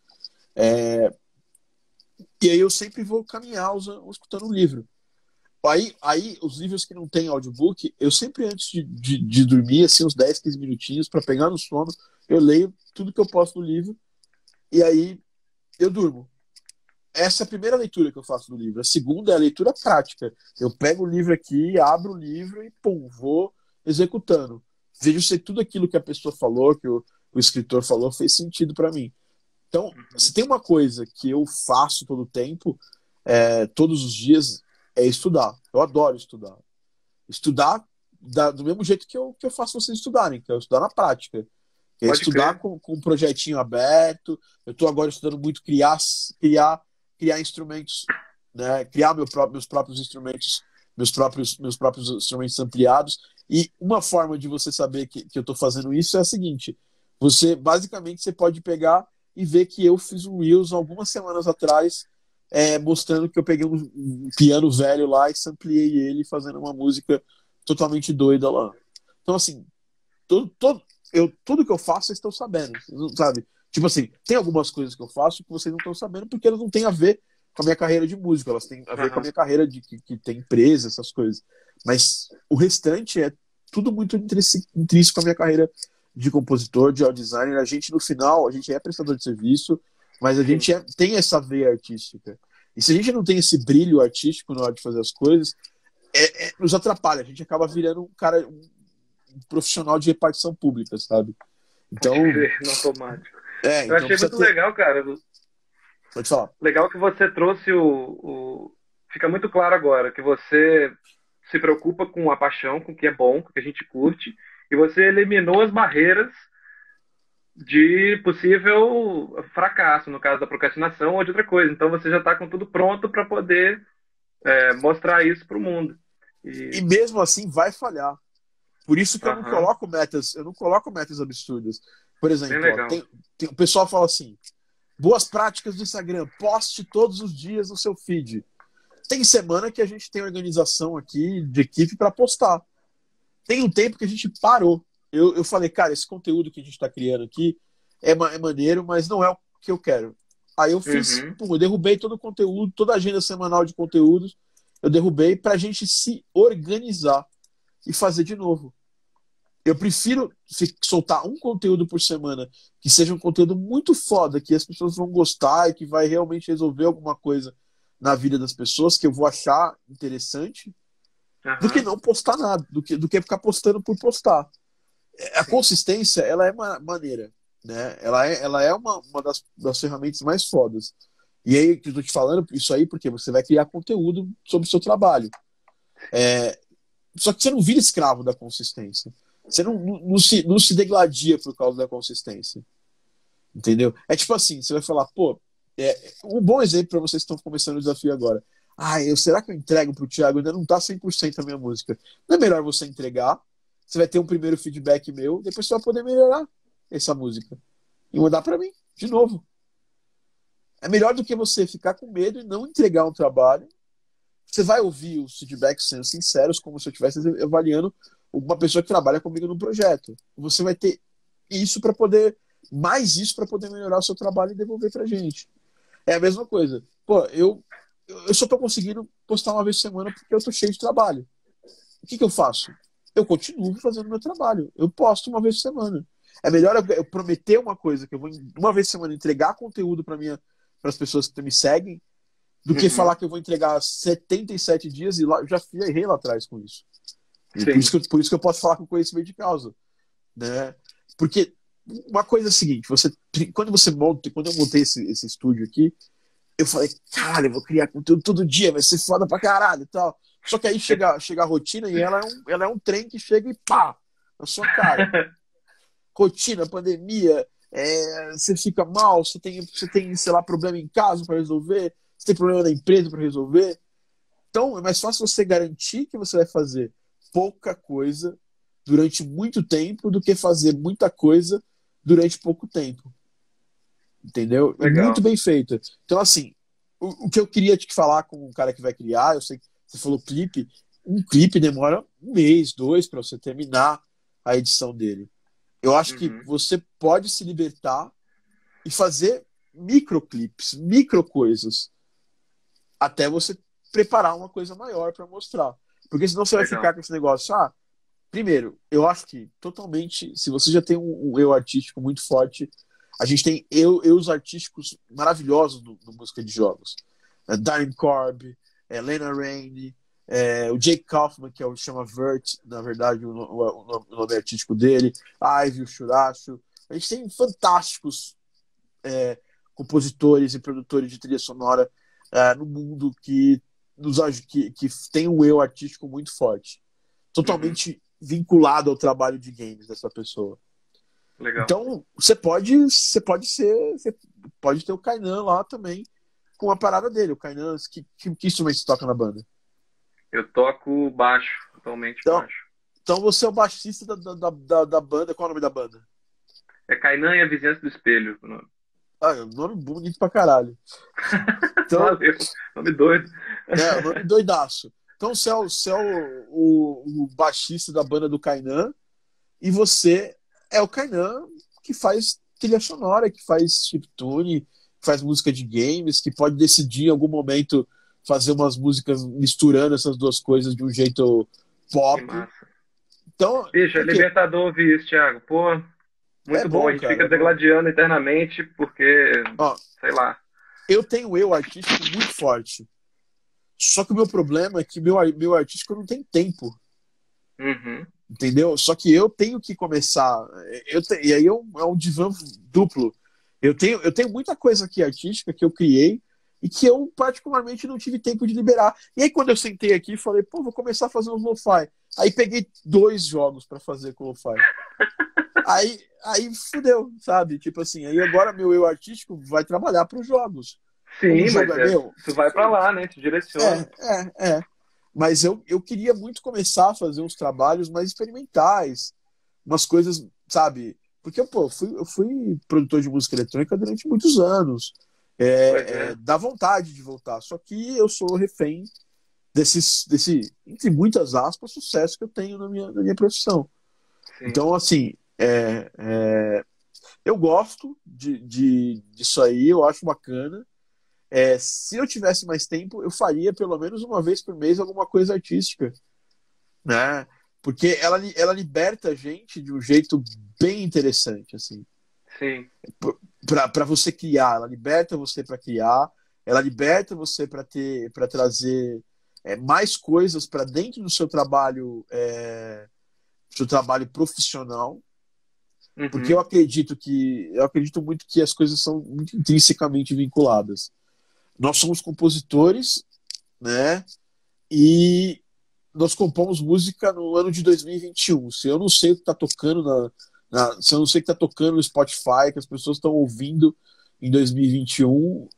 E aí eu sempre vou caminhar escutando um livro. Aí, os livros que não tem audiobook, eu sempre, antes de dormir, assim, uns 10, 15 minutinhos, para pegar no sono, eu leio tudo que eu posso no livro, e aí eu durmo. Essa é a primeira leitura que eu faço do livro. A segunda é a leitura prática. Eu pego o livro aqui, abro o livro e, pum, vou executando. Vejo se tudo aquilo que a pessoa falou, que o escritor falou, fez sentido para mim. Então, se Uhum. tem uma coisa que eu faço todo o tempo, todos os dias, é estudar. Eu adoro estudar. Estudar do mesmo jeito que eu faço vocês estudarem, que é estudar na prática. Que é Pode estudar crer. com um projetinho aberto. Eu estou agora estudando muito criar instrumentos, né? Criar meus próprios instrumentos, meus próprios instrumentos ampliados. E uma forma de você saber que eu estou fazendo isso é a seguinte: basicamente você pode pegar e ver que eu fiz um Reels algumas semanas atrás, mostrando que eu peguei um piano velho lá e sampleei ele fazendo uma música totalmente doida lá. Então, assim, tudo que eu faço, vocês estão sabendo, sabe? Tipo assim, tem algumas coisas que eu faço que vocês não estão sabendo porque elas não têm a ver com a minha carreira de músico, elas têm a ver com a Aham. minha carreira que tem empresa, essas coisas. Mas o restante é tudo muito intrínseco à minha carreira de compositor, de audio designer. A gente, no final, a gente é prestador de serviço, mas a Sim. gente tem essa veia artística. E se a gente não tem esse brilho artístico na hora de fazer as coisas, nos atrapalha. A gente acaba virando um cara, um profissional de repartição pública, sabe? Então, Pode crer, no automático. Eu então achei precisa muito ter. legal, cara. Pode falar. Legal que você trouxe Fica muito claro agora que você se preocupa com a paixão, com o que é bom, com o que a gente curte, e você eliminou as barreiras de possível fracasso, no caso da procrastinação ou de outra coisa. Então você já está com tudo pronto para poder mostrar isso para o mundo. E mesmo assim vai falhar. Por isso que Aham, eu não coloco metas absurdas. Por bem exemplo, ó, legal. o pessoal fala assim: boas práticas do Instagram, poste todos os dias no seu feed. Tem semana que a gente tem organização aqui de equipe para postar. Tem um tempo que a gente parou. Eu falei, cara, esse conteúdo que a gente está criando aqui é maneiro, mas não é o que eu quero. Aí eu fiz, Uhum, pum, eu derrubei todo o conteúdo, toda a agenda semanal de conteúdos, eu derrubei para a gente se organizar e fazer de novo. Eu prefiro soltar um conteúdo por semana que seja um conteúdo muito foda, que as pessoas vão gostar e que vai realmente resolver alguma coisa na vida das pessoas, que eu vou achar interessante, do que aham, não postar nada, do que ficar postando por postar. A sim. consistência, ela é maneira, né? Ela é uma das ferramentas mais fodas. E aí, que eu tô te falando isso aí, porque você vai criar conteúdo sobre o seu trabalho. Só que você não vira escravo da consistência. Você não se degladia por causa da consistência. Entendeu? É tipo assim, você vai falar, pô, um bom exemplo para vocês que estão começando o desafio agora. Será que eu entrego pro Thiago? Ainda não tá 100% a minha música. Não é melhor você entregar, você vai ter um primeiro feedback meu, depois você vai poder melhorar essa música. E mandar para mim, de novo. É melhor do que você ficar com medo e não entregar um trabalho. Você vai ouvir os feedbacks sendo sinceros, como se eu estivesse avaliando uma pessoa que trabalha comigo no projeto. Você vai ter isso para poder, mais isso para poder melhorar o seu trabalho e devolver pra gente. É a mesma coisa. Pô, eu só tô conseguindo postar uma vez por semana porque eu tô cheio de trabalho. O que eu faço? Eu continuo fazendo meu trabalho. Eu posto uma vez por semana. É melhor eu prometer uma coisa, que eu vou uma vez por semana entregar conteúdo para as pessoas que me seguem, do que falar Uhum, que eu vou entregar 77 dias e lá, eu já errei lá atrás com isso. E sim. por isso que eu posso falar com conhecimento de causa. Né? Porque uma coisa é a seguinte, quando eu montei esse estúdio aqui, eu falei, caralho, eu vou criar conteúdo todo dia, vai ser foda pra caralho e tal. Só que aí chega a rotina e ela é um trem que chega e pá, na sua cara. Rotina, pandemia, você fica mal, você tem, sei lá, problema em casa para resolver, você tem problema na empresa para resolver. Então, é mais fácil você garantir que você vai fazer pouca coisa durante muito tempo do que fazer muita coisa durante pouco tempo. Entendeu? E muito Legal. bem feita. Então, assim, o que eu queria te falar com o cara que vai criar, eu sei que você falou clipe, um clipe demora um mês, dois, para você terminar a edição dele. Eu acho que Uhum, você pode se libertar e fazer microclips, micro coisas, até você preparar uma coisa maior para mostrar. Porque senão você vai ficar legal. com esse negócio. Primeiro, eu acho que totalmente, se você já tem um eu artístico muito forte, a gente tem eus artísticos maravilhosos no música de jogos. Darren Korb, Lena Raine, o Jake Kaufman, que chama Vert, na verdade, o nome artístico dele, Ivy, o Churacho. A gente tem fantásticos compositores e produtores de trilha sonora no mundo que tem um eu artístico muito forte. Uhum, Totalmente vinculado ao trabalho de games dessa pessoa. legal. Então, você pode ter o Kainan lá também com a parada dele. O Kainan, que instrumento você toca na banda? Eu toco baixo, totalmente Então, baixo. então você é o baixista da banda. Qual é o nome da banda? É Kainan e a Vizinhança do Espelho. É um nome bonito pra caralho. Então, Valeu, nome doido. um nome doidaço. Então você é o baixista da banda do Kainan e você é o Kainan que faz trilha sonora, que faz chiptune, que faz música de games, que pode decidir em algum momento fazer umas músicas misturando essas duas coisas de um jeito Que pop. massa. Então, Bicho, é por quê? libertador ouvir isso, Thiago. Pô, É muito bom. A bom, gente cara, fica é bom. degladiando internamente porque, Ó, sei lá. eu tenho eu artístico muito forte. Só que o meu problema é que meu artístico não tem tempo. Uhum. Entendeu? Só que eu tenho que começar. E aí é um divã duplo. Eu tenho muita coisa aqui artística que eu criei e que eu particularmente não tive tempo de liberar. E aí quando eu sentei aqui e falei, pô, vou começar a fazer uns lo-fi. Aí peguei 2 jogos para fazer com lo-fi. Aí fudeu, sabe? Tipo assim, aí agora meu eu artístico vai trabalhar para os jogos. Como o Sim, jogo mas é meu, tu vai pra lá, né? Te direciona. é. Mas eu queria muito começar a fazer uns trabalhos mais experimentais, umas coisas, sabe? Porque, pô, eu fui produtor de música eletrônica durante muitos anos. Pois é, Dá vontade de voltar. Só que eu sou refém desse, entre muitas aspas, sucesso que eu tenho na minha profissão. sim. Então, assim, eu gosto disso aí, eu acho bacana. Se eu tivesse mais tempo, eu faria pelo menos uma vez por mês alguma coisa artística, né? Porque ela liberta a gente de um jeito bem interessante, assim, Sim. para você criar. Ela liberta você para criar, ela liberta você para trazer mais coisas para dentro do seu trabalho profissional. Porque Uhum. eu acredito muito que as coisas são muito intrinsecamente vinculadas. Nós somos compositores, né? E nós compomos música no ano de 2021. Se eu não sei o que está tocando se eu não sei o que está tocando no Spotify, que as pessoas estão ouvindo em 2021,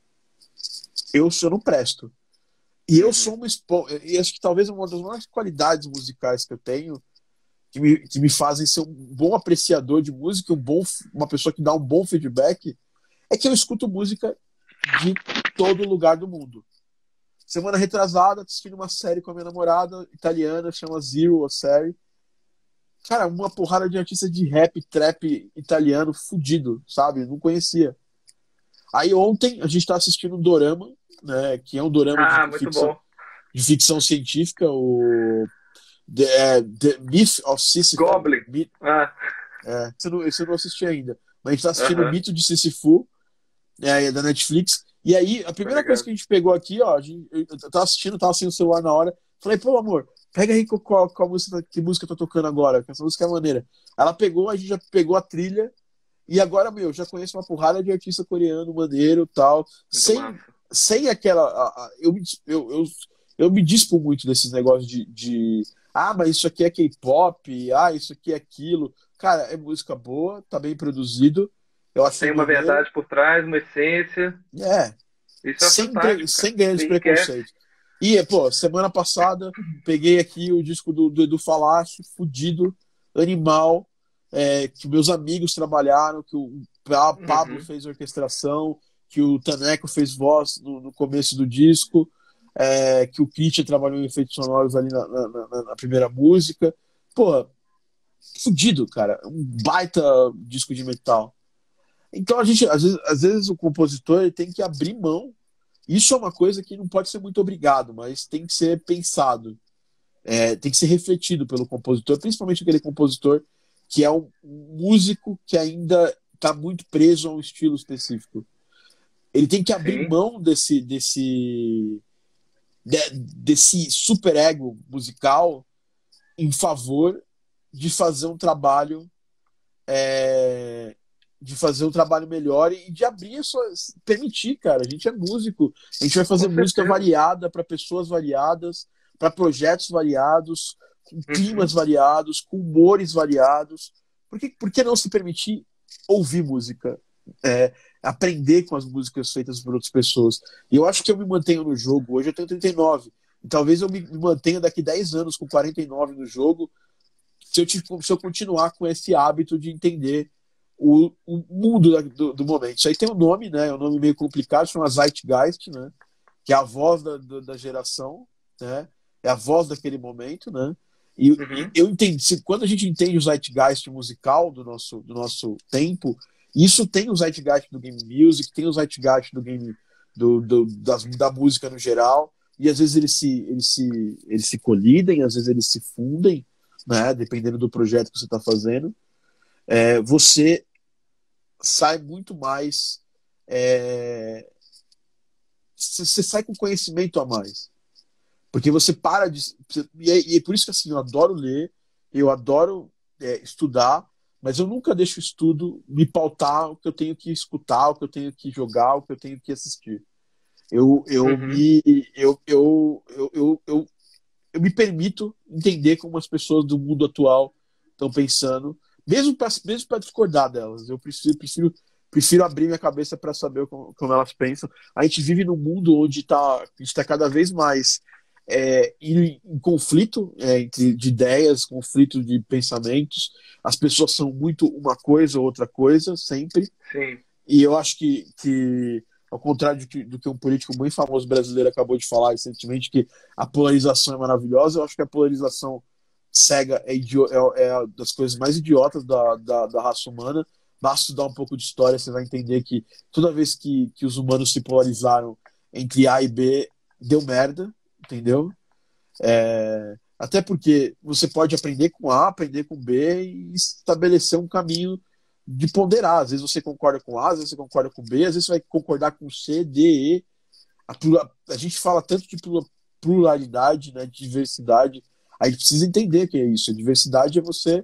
eu não presto. E eu Uhum. sou e acho que talvez uma das maiores qualidades musicais que eu tenho, que me fazem ser um bom apreciador de música, uma pessoa que dá um bom feedback, é que eu escuto música de todo lugar do mundo. Semana retrasada, assistindo uma série com a minha namorada italiana, chama Zero, a série. Cara, uma porrada de artista de rap, trap italiano fudido, sabe? Não conhecia. Aí ontem a gente tá assistindo um dorama, né? Que é um dorama Ah, muito bom. de ficção científica, o The Myth of Sisyphus. Goblin. Ah, Esse eu não assisti ainda. Mas a gente tá assistindo o aham, Mito de Sisyphus, da Netflix. E aí, a tô primeira coisa ligado. que a gente pegou aqui, ó, eu tava assistindo, tava sem o celular na hora. Falei, pô, amor, pega aí qual música, que música tá tocando agora, que essa música é maneira. Ela pegou, a gente já pegou a trilha, e agora, meu, já conheço uma porrada de artista coreano, maneiro tal, Muito massa. sem aquela. Eu me dispo muito desses negócios mas isso aqui é K-pop, isso aqui é aquilo. Cara, é música boa, tá bem produzido, eu acho Tem uma maneiro. verdade por trás, uma essência. É, Isso é fantástico, cara. sem grandes Enriquece. preconceitos. E, pô, semana passada peguei aqui o disco do Edu Falaschi, fudido, animal, que meus amigos trabalharam, que o Pablo Uhum. fez orquestração, que o Taneco fez voz no começo do disco, que o Christian trabalhou em efeitos sonoros ali na primeira música. Pô, fudido, cara. Um baita disco de metal. Então a gente, às vezes o compositor ele tem que abrir mão. Isso é uma coisa que não pode ser muito obrigado, mas tem que ser pensado, tem que ser refletido pelo compositor, principalmente aquele compositor que é um músico que ainda está muito preso a um estilo específico. Ele tem que abrir Sim, mão desse superego musical em favor de fazer um trabalho é, de fazer um trabalho melhor e de abrir permitir, cara. A gente é músico, a gente vai fazer com música certeza. variada para pessoas variadas, para projetos variados, com climas Uhum. variados, com humores variados. Por que não se permitir ouvir música? É, aprender com as músicas feitas por outras pessoas. E eu acho que eu me mantenho no jogo. Hoje eu tenho 39. E talvez eu me mantenha daqui 10 anos com 49 no jogo, se eu continuar com esse hábito de entender o mundo do momento. Isso aí tem um nome, né? É um nome meio complicado, chama Zeitgeist, né? Que é a voz da geração, né? É a voz daquele momento, né? E Uhum. eu entendi, quando a gente entende o Zeitgeist musical do nosso tempo, isso tem o Zeitgeist do game music, tem o Zeitgeist do game da música no geral, e às vezes eles se colidem, às vezes eles se fundem, né? Dependendo do projeto que você está fazendo. Você sai muito mais é, você sai com conhecimento a mais. Porque você para de. E é por isso que assim, eu adoro ler, eu adoro estudar, mas eu nunca deixo o estudo me pautar o que eu tenho que escutar, o que eu tenho que jogar, o que eu tenho que assistir. Eu, eu, Uhum. me, eu me permito entender como as pessoas do mundo atual estão pensando, mesmo para discordar delas. Eu prefiro abrir minha cabeça para saber como elas pensam. A gente vive num mundo onde a gente está cada vez mais em conflito de ideias, conflito de pensamentos. As pessoas são muito uma coisa ou outra coisa, sempre. Sim. E eu acho que ao contrário do que um político muito famoso brasileiro acabou de falar recentemente, que a polarização é maravilhosa, eu acho que a polarização cega é das coisas mais idiotas da raça humana. Basta estudar um pouco de história, você vai entender que toda vez que os humanos se polarizaram entre A e B, deu merda, entendeu? Até porque você pode aprender com A, aprender com B e estabelecer um caminho de ponderar. Às vezes você concorda com A, às vezes você concorda com B, às vezes você vai concordar com C, D, E. A gente fala tanto de pluralidade, né, de diversidade. A gente precisa entender o que é isso. A diversidade é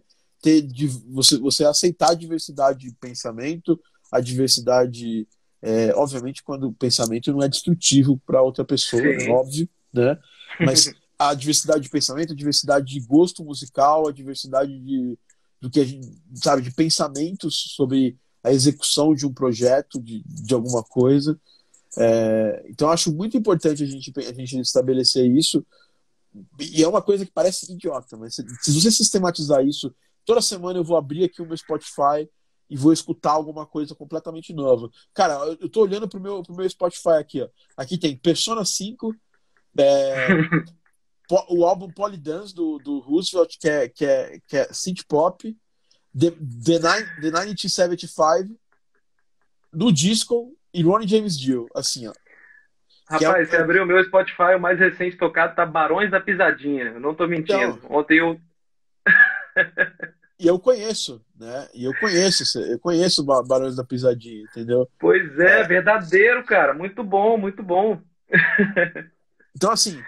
você aceitar a diversidade de pensamento, a diversidade, obviamente, quando o pensamento não é destrutivo para outra pessoa, né, Sim. óbvio, né? Mas a diversidade de pensamento, a diversidade de gosto musical, a diversidade do que a gente sabe, de pensamentos sobre a execução de um projeto, de alguma coisa. Então, eu acho muito importante a gente estabelecer isso. E é uma coisa que parece idiota, mas se você sistematizar isso, toda semana eu vou abrir aqui o meu Spotify e vou escutar alguma coisa completamente nova. Cara, eu tô olhando pro meu Spotify aqui, ó. Aqui tem Persona 5, é, o álbum Polydance do Roosevelt, que é synth pop, The 1975, no disco e Ronnie James Dio, assim, ó. Que Rapaz, você abriu o meu Spotify, o mais recente tocado tá Barões da Pisadinha. Eu não tô então, mentindo. Ontem eu. e eu conheço, né? Eu conheço o Barões da Pisadinha, entendeu? Pois é, verdadeiro, cara. Muito bom, muito bom. Então, assim,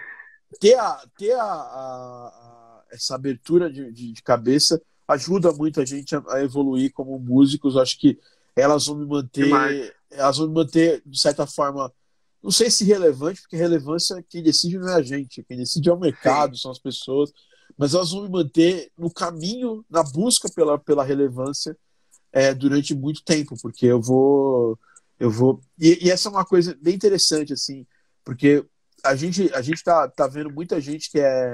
essa abertura de cabeça ajuda muito a gente a evoluir como músicos. Acho que Demais. elas vão me manter, de certa forma, não sei se relevante, porque relevância, quem decide não é a gente, quem decide é o Sim. mercado, são as pessoas, mas elas vão me manter no caminho, na busca pela relevância durante muito tempo, porque e essa é uma coisa bem interessante, assim, porque a gente tá vendo muita gente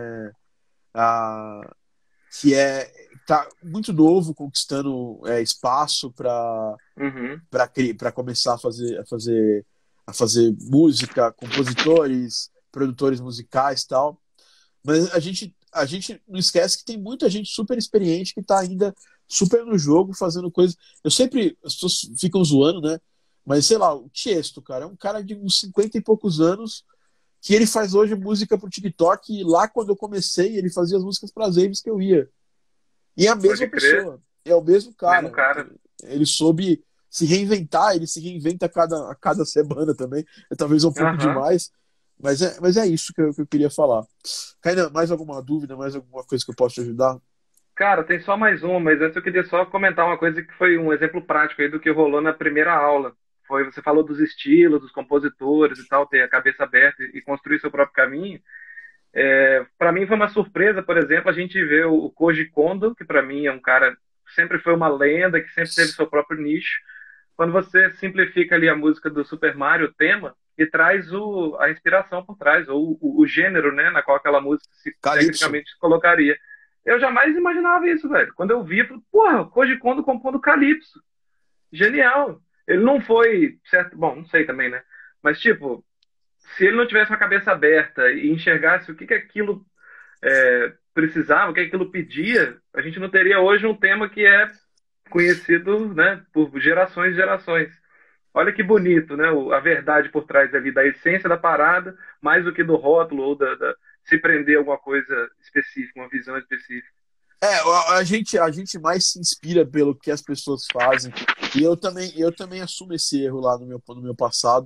a, que tá muito novo conquistando espaço Uhum. para começar a fazer música, compositores, produtores musicais, tal. Mas a gente não esquece que tem muita gente super experiente que está ainda super no jogo, fazendo coisas. As pessoas ficam zoando, né? Mas sei lá, o Tiesto, cara, é um cara de uns 50 e poucos anos que ele faz hoje música pro TikTok, e lá quando eu comecei, ele fazia as músicas para as raves que eu ia. E é a mesma Pode crer. pessoa, é o mesmo Mesmo cara. cara. Ele soube se reinventar, ele se reinventa a cada semana também. Talvez um pouco Aham. demais, mas é isso que eu queria falar. Kainan, mais alguma dúvida, mais alguma coisa que eu possa te ajudar? Cara, tem só mais uma, mas antes eu queria só comentar uma coisa que foi um exemplo prático aí do que rolou na primeira aula. Você falou dos estilos, dos compositores e tal, ter a cabeça aberta e construir seu próprio caminho. Para mim foi uma surpresa, por exemplo, a gente vê o Koji Kondo, que para mim é um cara sempre foi uma lenda, que sempre teve seu próprio nicho. Quando você simplifica ali a música do Super Mario, o tema, e traz a inspiração por trás, ou o gênero, né, na qual aquela música se Calypso. tecnicamente se colocaria. Eu jamais imaginava isso, velho. Quando eu vi, eu falei, porra, Koji Kondo compondo Calypso. Genial. Ele não foi certo, bom, não sei também, né? Mas tipo, se ele não tivesse uma cabeça aberta e enxergasse o que aquilo precisava, o que aquilo pedia, a gente não teria hoje um tema que é conhecido, né, por gerações e gerações. Olha que bonito, né? A verdade por trás ali da essência da parada, mais do que do rótulo ou se prender a alguma coisa específica, uma visão específica. A gente mais se inspira pelo que as pessoas fazem. E eu também assumo esse erro lá no meu passado.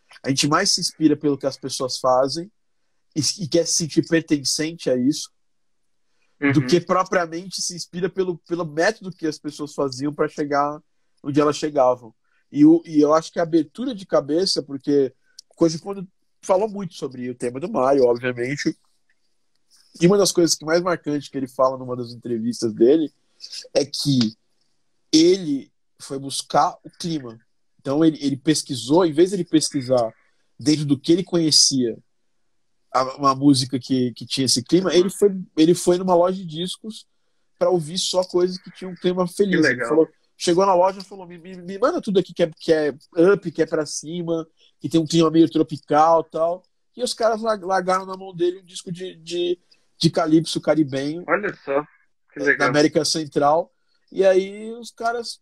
A gente mais se inspira pelo que as pessoas fazem e quer se sentir pertencente a isso, do que propriamente se inspira pelo método que as pessoas faziam para chegar onde elas chegavam. E eu acho que a abertura de cabeça, porque Koji Kondo falou muito sobre o tema do Mario, obviamente, e uma das coisas que mais marcantes que ele fala numa das entrevistas dele é que ele foi buscar o clima. Então ele pesquisou, em vez de ele pesquisar dentro do que ele conhecia uma música que tinha esse clima, ele foi numa loja de discos para ouvir só coisas que tinham um clima feliz. Ele falou, chegou na loja e falou, me manda tudo aqui que é up, que é pra cima, que tem um clima meio tropical e tal. E os caras largaram na mão dele um disco de calypso caribenho. Olha só, que legal. Da América Central. E aí os caras,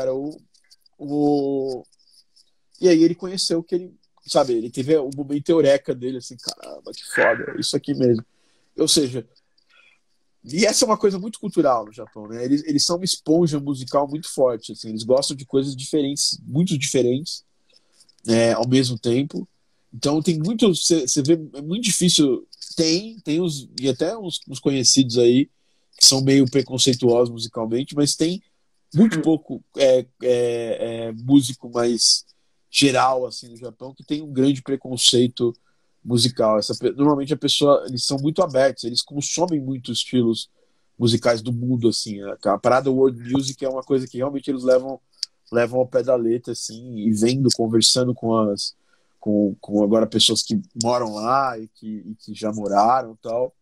e aí ele conheceu que ele, sabe, ele teve o momento eureka dele, assim, caramba, que foda, isso aqui mesmo. Ou seja, e essa é uma coisa muito cultural no Japão, né? Eles são uma esponja musical muito forte, assim, eles gostam de coisas diferentes, muito diferentes, ao mesmo tempo. Então tem muito, você vê, é muito difícil, tem e até uns conhecidos aí, que são meio preconceituosos musicalmente, mas tem muito pouco músico mais geral, assim, no Japão, que tem um grande preconceito musical. Normalmente eles são muito abertos, eles consomem muitos estilos musicais do mundo, assim. A parada world music é uma coisa que realmente eles levam ao pé da letra, assim, e conversando com agora pessoas que moram lá e que já moraram e tal.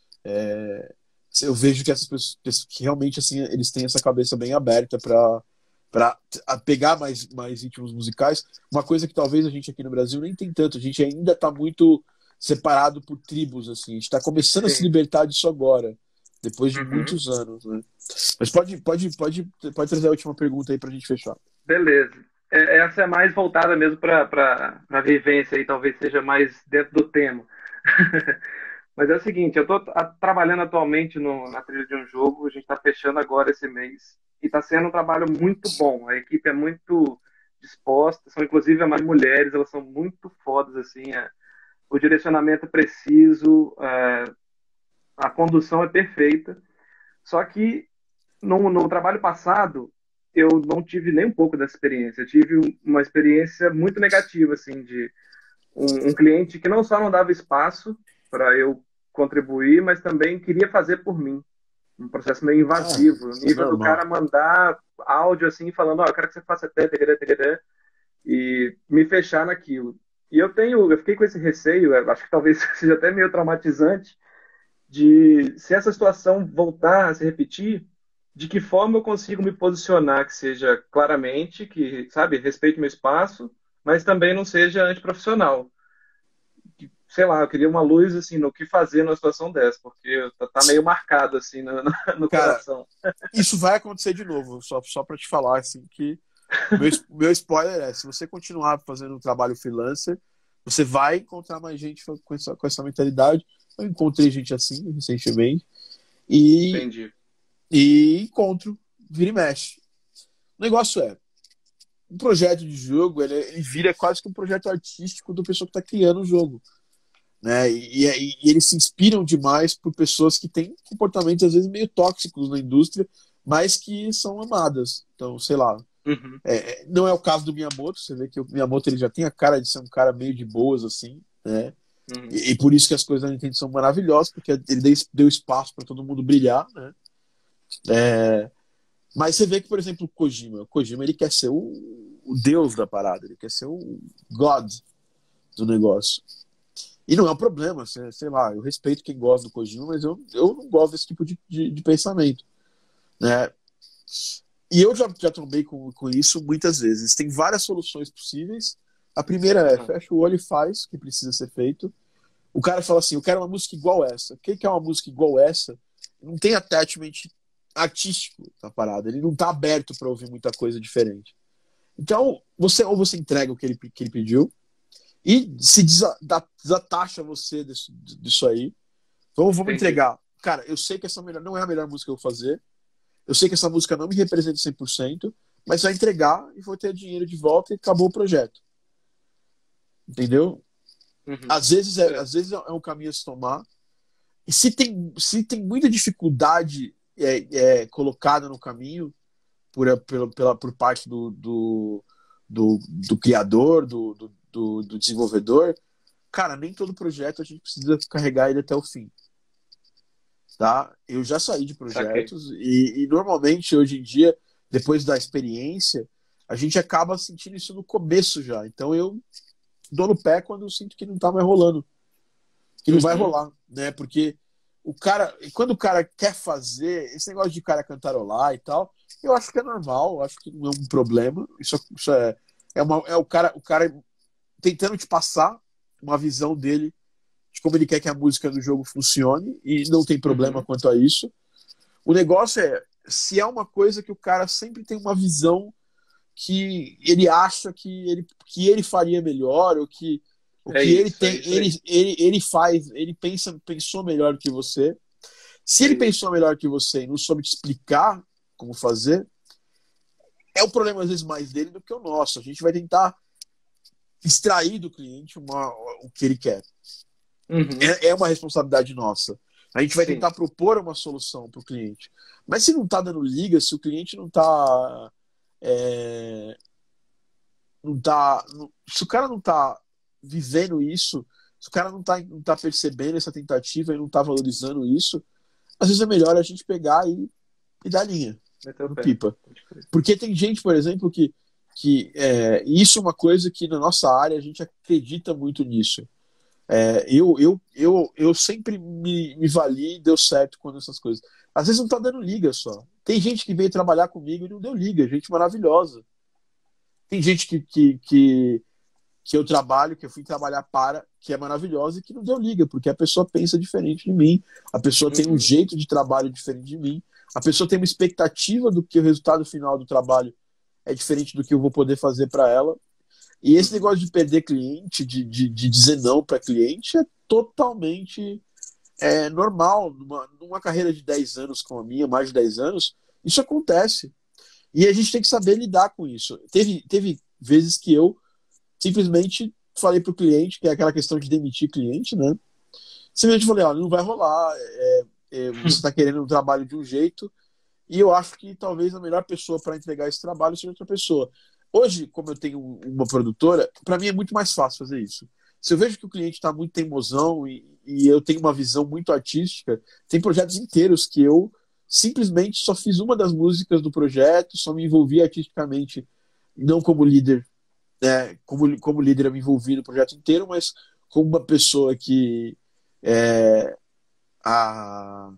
Eu vejo que essas pessoas que realmente, assim, eles têm essa cabeça bem aberta para pegar mais ritmos musicais. Uma coisa que talvez a gente aqui no Brasil nem tem tanto. A gente ainda está muito separado por tribos, assim. A gente está começando a se libertar disso agora, depois de muitos anos, né? Mas pode trazer a última pergunta aí para a gente fechar. Beleza. Essa é mais voltada mesmo para a vivência aí, talvez seja mais dentro do tema. Mas é o seguinte, eu estou trabalhando atualmente na trilha de um jogo, a gente está fechando agora esse mês, e está sendo um trabalho muito bom, a equipe é muito disposta, são inclusive as mulheres, elas são muito fodas, assim, o direcionamento é preciso, a condução é perfeita, só que no trabalho passado, eu não tive nem um pouco dessa experiência, eu tive uma experiência muito negativa, assim, de um cliente que não só não dava espaço para eu contribuir, mas também queria fazer por mim. Um processo meio invasivo. O nível do cara mandar áudio assim, falando, eu quero que você faça até, e me fechar naquilo. E eu fiquei com esse receio, acho que talvez seja até meio traumatizante, de se essa situação voltar a se repetir, de que forma eu consigo me posicionar que seja claramente, que, sabe, respeite meu espaço, mas também não seja antiprofissional. Sei lá, eu queria uma luz assim no que fazer numa situação dessa, porque tá meio marcado assim no cara, coração. Isso vai acontecer de novo, só para te falar assim que meu spoiler é, se você continuar fazendo um trabalho freelancer, você vai encontrar mais gente com essa mentalidade. Eu encontrei gente assim recentemente Entendi. E encontro, vira e mexe. O negócio um projeto de jogo, ele vira quase que um projeto artístico do pessoa que está criando o jogo, né? E eles se inspiram demais por pessoas que têm comportamentos às vezes meio tóxicos na indústria, mas que são amadas. Então, sei lá. Não é o caso do Miyamoto. Você vê que o Miyamoto ele já tem a cara de ser um cara meio de boas, assim, né? E por isso que as coisas da Nintendo são maravilhosas, porque ele deu espaço para todo mundo brilhar, né? Mas você vê que, por exemplo, o Kojima ele quer ser o deus da parada, ele quer ser o God do negócio. E não é um problema, sei lá, eu respeito quem gosta do Kojima, mas eu não gosto desse tipo de pensamento, né? E eu já trombei com isso muitas vezes. Tem várias soluções possíveis. A primeira fecha o olho e faz o que precisa ser feito. O cara fala assim, eu quero uma música igual essa. O que é uma música igual essa? Não tem attachment artístico na parada. Ele não tá aberto para ouvir muita coisa diferente. Então, ou você entrega o que ele pediu e se desatacha você disso aí. Vamos entregar. Cara, eu sei que essa não é a melhor música que eu vou fazer. Eu sei que essa música não me representa 100%, mas vai entregar e vou ter dinheiro de volta e acabou o projeto. entendeu? Uhum. Às vezes é um caminho a se tomar. E se tem muita dificuldade colocada no caminho por parte do criador, do desenvolvedor, cara, nem todo projeto a gente precisa carregar ele até o fim. Tá? Eu já saí de Saquei. projetos e normalmente, hoje em dia, depois da experiência, a gente acaba sentindo isso no começo já. Então eu dou no pé quando eu sinto que não tá mais rolando, que não vai Uhum. rolar, né? Porque quando o cara quer fazer, esse negócio de cara cantarolar e tal, eu acho que é normal, eu acho que não é um problema. Isso é o cara tentando te passar uma visão dele de como ele quer que a música do jogo funcione e não tem problema Uhum. quanto a isso. O negócio é se é uma coisa que o cara sempre tem uma visão que ele acha que ele faria melhor, ou que o É que ele isso, é tem, isso aí. ele faz, ele pensou melhor que você. Se É ele isso. pensou melhor que você e não soube te explicar como fazer, é o problema às vezes mais dele do que o nosso. A gente vai tentar extrair do cliente o que ele quer. Uhum. É uma responsabilidade nossa. A gente vai Sim. tentar propor uma solução para o cliente. Mas se não está dando liga, se o cliente não está. Se o cara não está vivendo isso, se o cara não tá percebendo essa tentativa e não está valorizando isso, às vezes é melhor a gente pegar e dar linha Meteu o no pé. pipa. Pode crer. Porque tem gente, por exemplo, que isso é uma coisa que na nossa área a gente acredita muito nisso. Eu sempre me vali e deu certo quando essas coisas. Às vezes não tá dando liga só. Tem gente que veio trabalhar comigo e não deu liga, gente maravilhosa. Tem gente que eu trabalho, que eu fui trabalhar que é maravilhosa e que não deu liga, porque a pessoa pensa diferente de mim, a pessoa tem um Uhum. jeito de trabalho diferente de mim, a pessoa tem uma expectativa do que o resultado final do trabalho é diferente do que eu vou poder fazer para ela. E esse Uhum. negócio de perder cliente, de dizer não para cliente, é totalmente normal. Numa carreira de 10 anos como a minha, mais de 10 anos, isso acontece. E a gente tem que saber lidar com isso. Teve vezes que eu simplesmente falei para o cliente, que é aquela questão de demitir cliente, né? Simplesmente falei: olha, não vai rolar, você está querendo um trabalho de um jeito, e eu acho que talvez a melhor pessoa para entregar esse trabalho seja outra pessoa. Hoje, como eu tenho uma produtora, para mim é muito mais fácil fazer isso. Se eu vejo que o cliente está muito teimosão e eu tenho uma visão muito artística, tem projetos inteiros que eu simplesmente só fiz uma das músicas do projeto, só me envolvi artisticamente, não como líder, né? Como líder eu me envolvi no projeto inteiro, mas como uma pessoa é, a,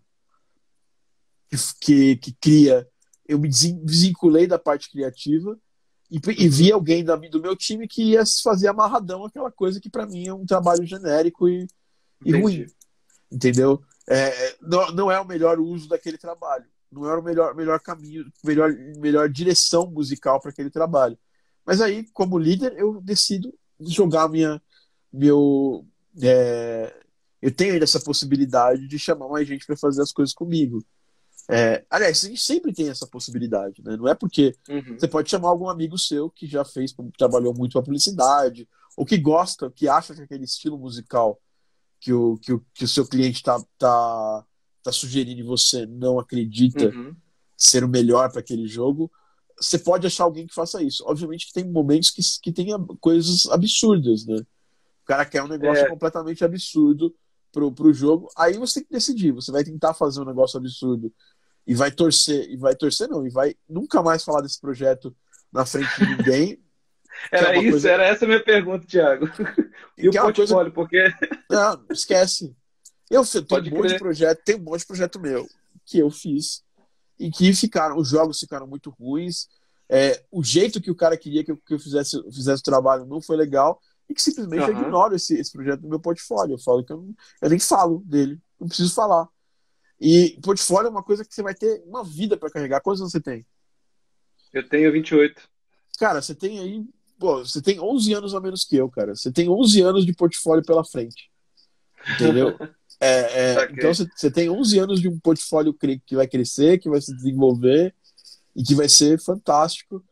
que cria, eu me desvinculei da parte criativa e vi Uhum. alguém do meu time que ia fazer amarradão aquela coisa que para mim é um trabalho genérico e ruim, Entendi. entendeu? Não é o melhor uso daquele trabalho, não é o melhor caminho, melhor direção musical para aquele trabalho. Mas aí, como líder, eu decido jogar meu, é, eu tenho ainda essa possibilidade de chamar mais gente para fazer as coisas comigo. Aliás, a gente sempre tem essa possibilidade, né? Não é porque Uhum. você pode chamar algum amigo seu que já trabalhou muito com a publicidade, ou que gosta, que acha que aquele estilo musical que o seu cliente tá sugerindo e você não acredita Uhum. ser o melhor para aquele jogo. Você pode achar alguém que faça isso. Obviamente que tem momentos que tenha coisas absurdas, né? O cara quer um negócio É, completamente absurdo pro jogo. Aí você tem que decidir. Você vai tentar fazer um negócio absurdo e vai torcer não, e vai nunca mais falar desse projeto na frente de ninguém, que é era uma isso, coisa, era essa a minha pergunta, Thiago. E o que é uma coisa, portfólio, porque não, esquece. Eu tenho um pode monte de crer. projeto, tem um monte de projeto meu que eu fiz e que os jogos ficaram muito ruins. O jeito que o cara queria que eu fizesse o trabalho não foi legal e que simplesmente eu Aham. ignoro esse projeto no meu portfólio. Eu falo que eu nem falo dele, não preciso falar. E portfólio é uma coisa que você vai ter uma vida para carregar. Quantos anos você tem? Eu tenho 28. Cara, você tem aí. Pô, você tem 11 anos a menos que eu, cara. Você tem 11 anos de portfólio pela frente. Entendeu? Então Saquei. você tem 11 anos de um portfólio que vai crescer, que vai se desenvolver e que vai ser fantástico.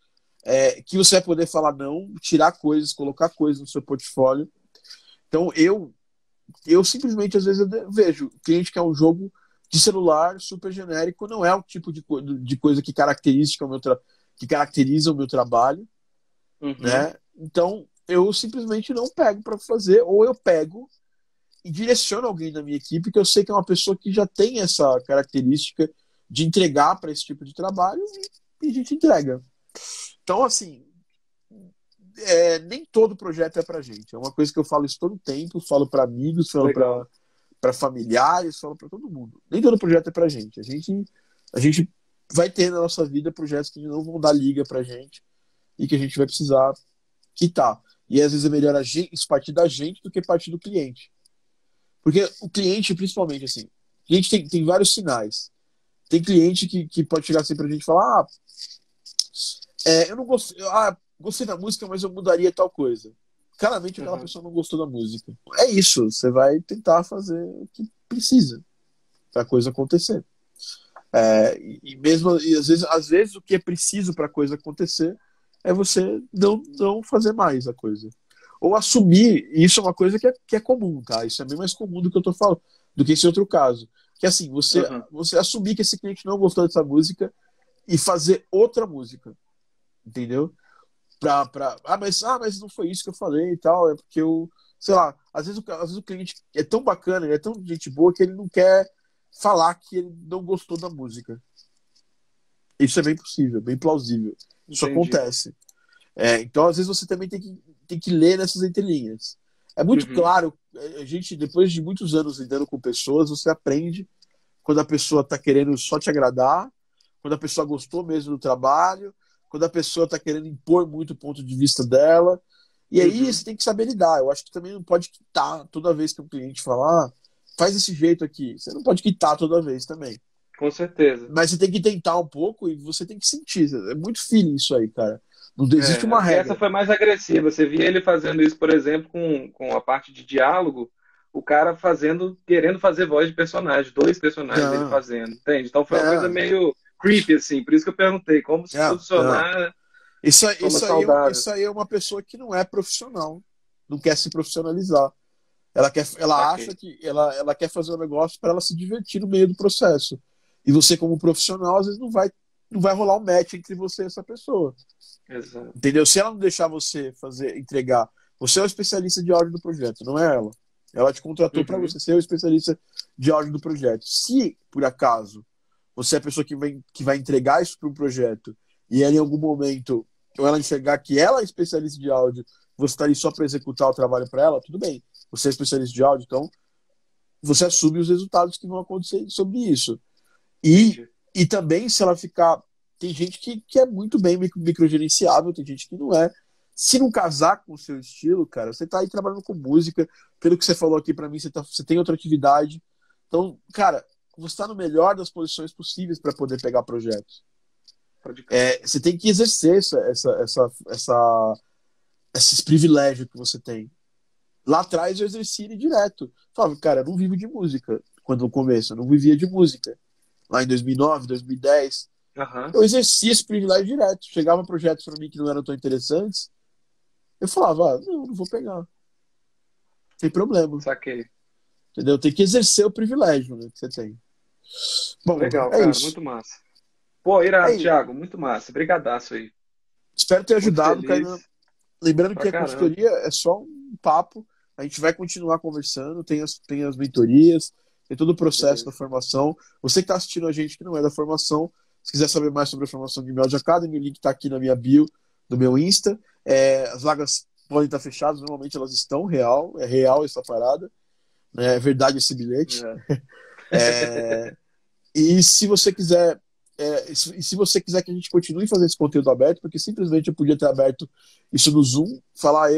que você vai poder falar não, tirar coisas, colocar coisas no seu portfólio. Então eu simplesmente, às vezes, eu vejo cliente que é um jogo de celular super genérico, não é o tipo de coisa que caracteriza o meu trabalho, né? Então eu simplesmente não pego para fazer, ou eu pego e direciono alguém da minha equipe que eu sei que é uma pessoa que já tem essa característica de entregar para esse tipo de trabalho e a gente entrega. Então, assim, nem todo projeto é pra gente. É uma coisa que eu falo isso todo o tempo, falo para amigos, falo para familiares, falo para todo mundo. Nem todo projeto é pra gente. A gente vai ter na nossa vida projetos que não vão dar liga pra gente e que a gente vai precisar quitar. E às vezes é melhor isso partir da gente do que partir do cliente. Porque o cliente, principalmente, assim, o cliente tem vários sinais. Tem cliente que pode chegar assim pra gente e falar: eu não gostei, gostei da música, mas eu mudaria tal coisa. Claramente aquela pessoa não gostou da música. É isso, você vai tentar fazer o que precisa pra coisa acontecer. E às vezes o que é preciso pra coisa acontecer é você não fazer mais a coisa. Ou assumir, e isso é uma coisa que é comum, tá? Isso é bem mais comum do que eu tô falando, do que esse outro caso. Que assim, você assumir que esse cliente não gostou dessa música e fazer outra música. Entendeu? Mas não foi isso que eu falei e tal, é porque sei lá, às vezes o cliente é tão bacana, ele é tão gente boa que ele não quer falar que ele não gostou da música. Isso é bem possível, bem plausível. Isso acontece. Então, às vezes, você também tem que ler nessas entrelinhas. É muito claro, a gente, depois de muitos anos lidando com pessoas, você aprende quando a pessoa está querendo só te agradar, quando a pessoa gostou mesmo do trabalho, quando a pessoa está querendo impor muito o ponto de vista dela. E aí você tem que saber lidar. Eu acho que também não pode quitar toda vez que um cliente falar, faz desse jeito aqui. Você não pode quitar toda vez também. Com certeza. Mas você tem que tentar um pouco e você tem que sentir. É muito feeling isso aí, cara. Não existe uma regra. Essa foi mais agressiva. Você via ele fazendo isso, por exemplo, com a parte de diálogo, o cara querendo fazer voz de personagem, dois personagens ele fazendo, entende? Então foi uma coisa meio creepy, assim. Por isso que eu perguntei, como se posicionar. Isso aí é uma pessoa que não é profissional, não quer se profissionalizar. Ela acha que ela quer fazer um negócio para ela se divertir no meio do processo. E você, como profissional, às vezes não vai rolar um match entre você e essa pessoa. Exato. Entendeu? Se ela não deixar você entregar, você é o especialista de áudio do projeto, não é ela. Ela te contratou para você ser o especialista de áudio do projeto. Se, por acaso, você é a pessoa que vai entregar isso para um projeto e ela, em algum momento, ou ela enxergar que ela é especialista de áudio, você está ali só para executar o trabalho para ela, tudo bem. Você é especialista de áudio, então você assume os resultados que vão acontecer sobre isso. E também, se ela ficar... Tem gente que é muito bem microgerenciável, tem gente que não é. Se não casar com o seu estilo, cara, você tá aí trabalhando com música, pelo que você falou aqui pra mim, você tem outra atividade. Então, cara, você tá no melhor das posições possíveis para poder pegar projetos. Você tem que exercer esses privilégios que você tem. Lá atrás eu exerci ele direto. Falava, cara, eu não vivo de música. Quando no começo, eu não vivia de música. Lá em 2009, 2010. Eu exercia esse privilégio direto. Chegava projetos para mim que não eram tão interessantes. Eu falava, não vou pegar. Não tem problema. Saquei. Entendeu? Tem que exercer o privilégio, né, que você tem. Bom, legal, cara. Isso. Muito massa. Pô, irado, Thiago. Muito massa. Brigadaço aí. Espero ter ajudado, cara. Lembrando que a consultoria é só um papo. A gente vai continuar conversando. Tem as mentorias. Tem todo o processo da formação. Você que está assistindo a gente que não é da formação, se quiser saber mais sobre a formação de Game Academy, o link está aqui na minha bio do meu Insta. As vagas podem estar fechadas, normalmente elas estão, é real essa parada. É verdade esse bilhete. E se você quiser se você quiser que a gente continue fazendo esse conteúdo aberto, porque simplesmente eu podia ter aberto isso no Zoom, falar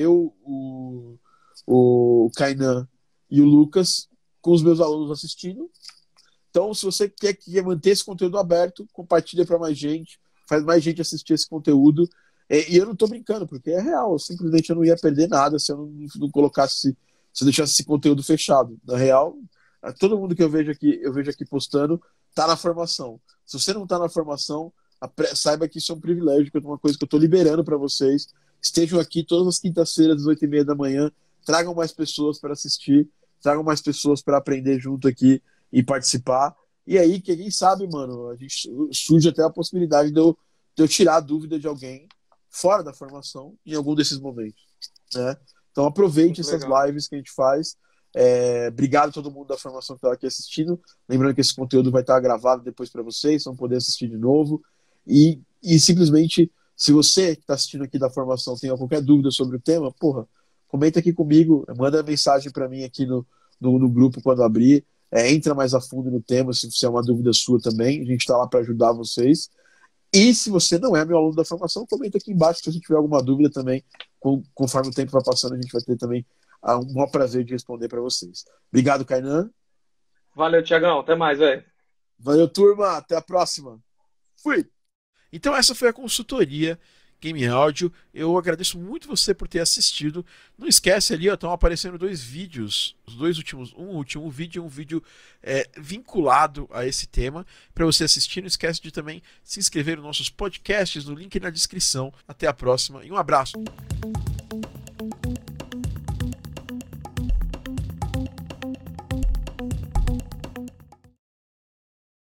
o Kainan e o Lucas com os meus alunos assistindo. Então, se você quer manter esse conteúdo aberto, compartilha para mais gente, faz mais gente assistir esse conteúdo. E eu não estou brincando, porque é real. Simplesmente eu não ia perder nada se eu não colocasse, se eu deixasse esse conteúdo fechado. Na real, todo mundo que eu vejo aqui postando está na formação. Se você não está na formação, saiba que isso é um privilégio, que é uma coisa que eu estou liberando para vocês. Estejam aqui todas as quintas-feiras, às 8h30 da manhã. Tragam mais pessoas para assistir, tragam mais pessoas para aprender junto aqui e participar. E aí, quem sabe, mano, a gente surge até a possibilidade de eu tirar a dúvida de alguém fora da formação em algum desses momentos, né? Então aproveite essas lives que a gente faz. Obrigado a todo mundo da formação que está aqui assistindo. Lembrando que esse conteúdo vai estar gravado depois para vocês, vão poder assistir de novo. E simplesmente, se você que está assistindo aqui da formação tem qualquer dúvida sobre o tema, porra, comenta aqui comigo, manda mensagem para mim aqui no grupo quando abrir. Entra mais a fundo no tema, se é uma dúvida sua também. A gente está lá para ajudar vocês. E se você não é meu aluno da formação, comenta aqui embaixo se você tiver alguma dúvida também. Conforme o tempo vai passando, a gente vai ter também um maior prazer de responder para vocês. Obrigado, Kainan. Valeu, Tiagão. Até mais, velho. Valeu, turma. Até a próxima. Fui! Então essa foi a consultoria Game Áudio. Eu agradeço muito você por ter assistido. Não esquece ali, estão aparecendo 2 vídeos, os 2 últimos, um último vídeo e um vídeo vinculado a esse tema para você assistir. Não esquece de também se inscrever nos nossos podcasts, no link na descrição. Até a próxima e um abraço.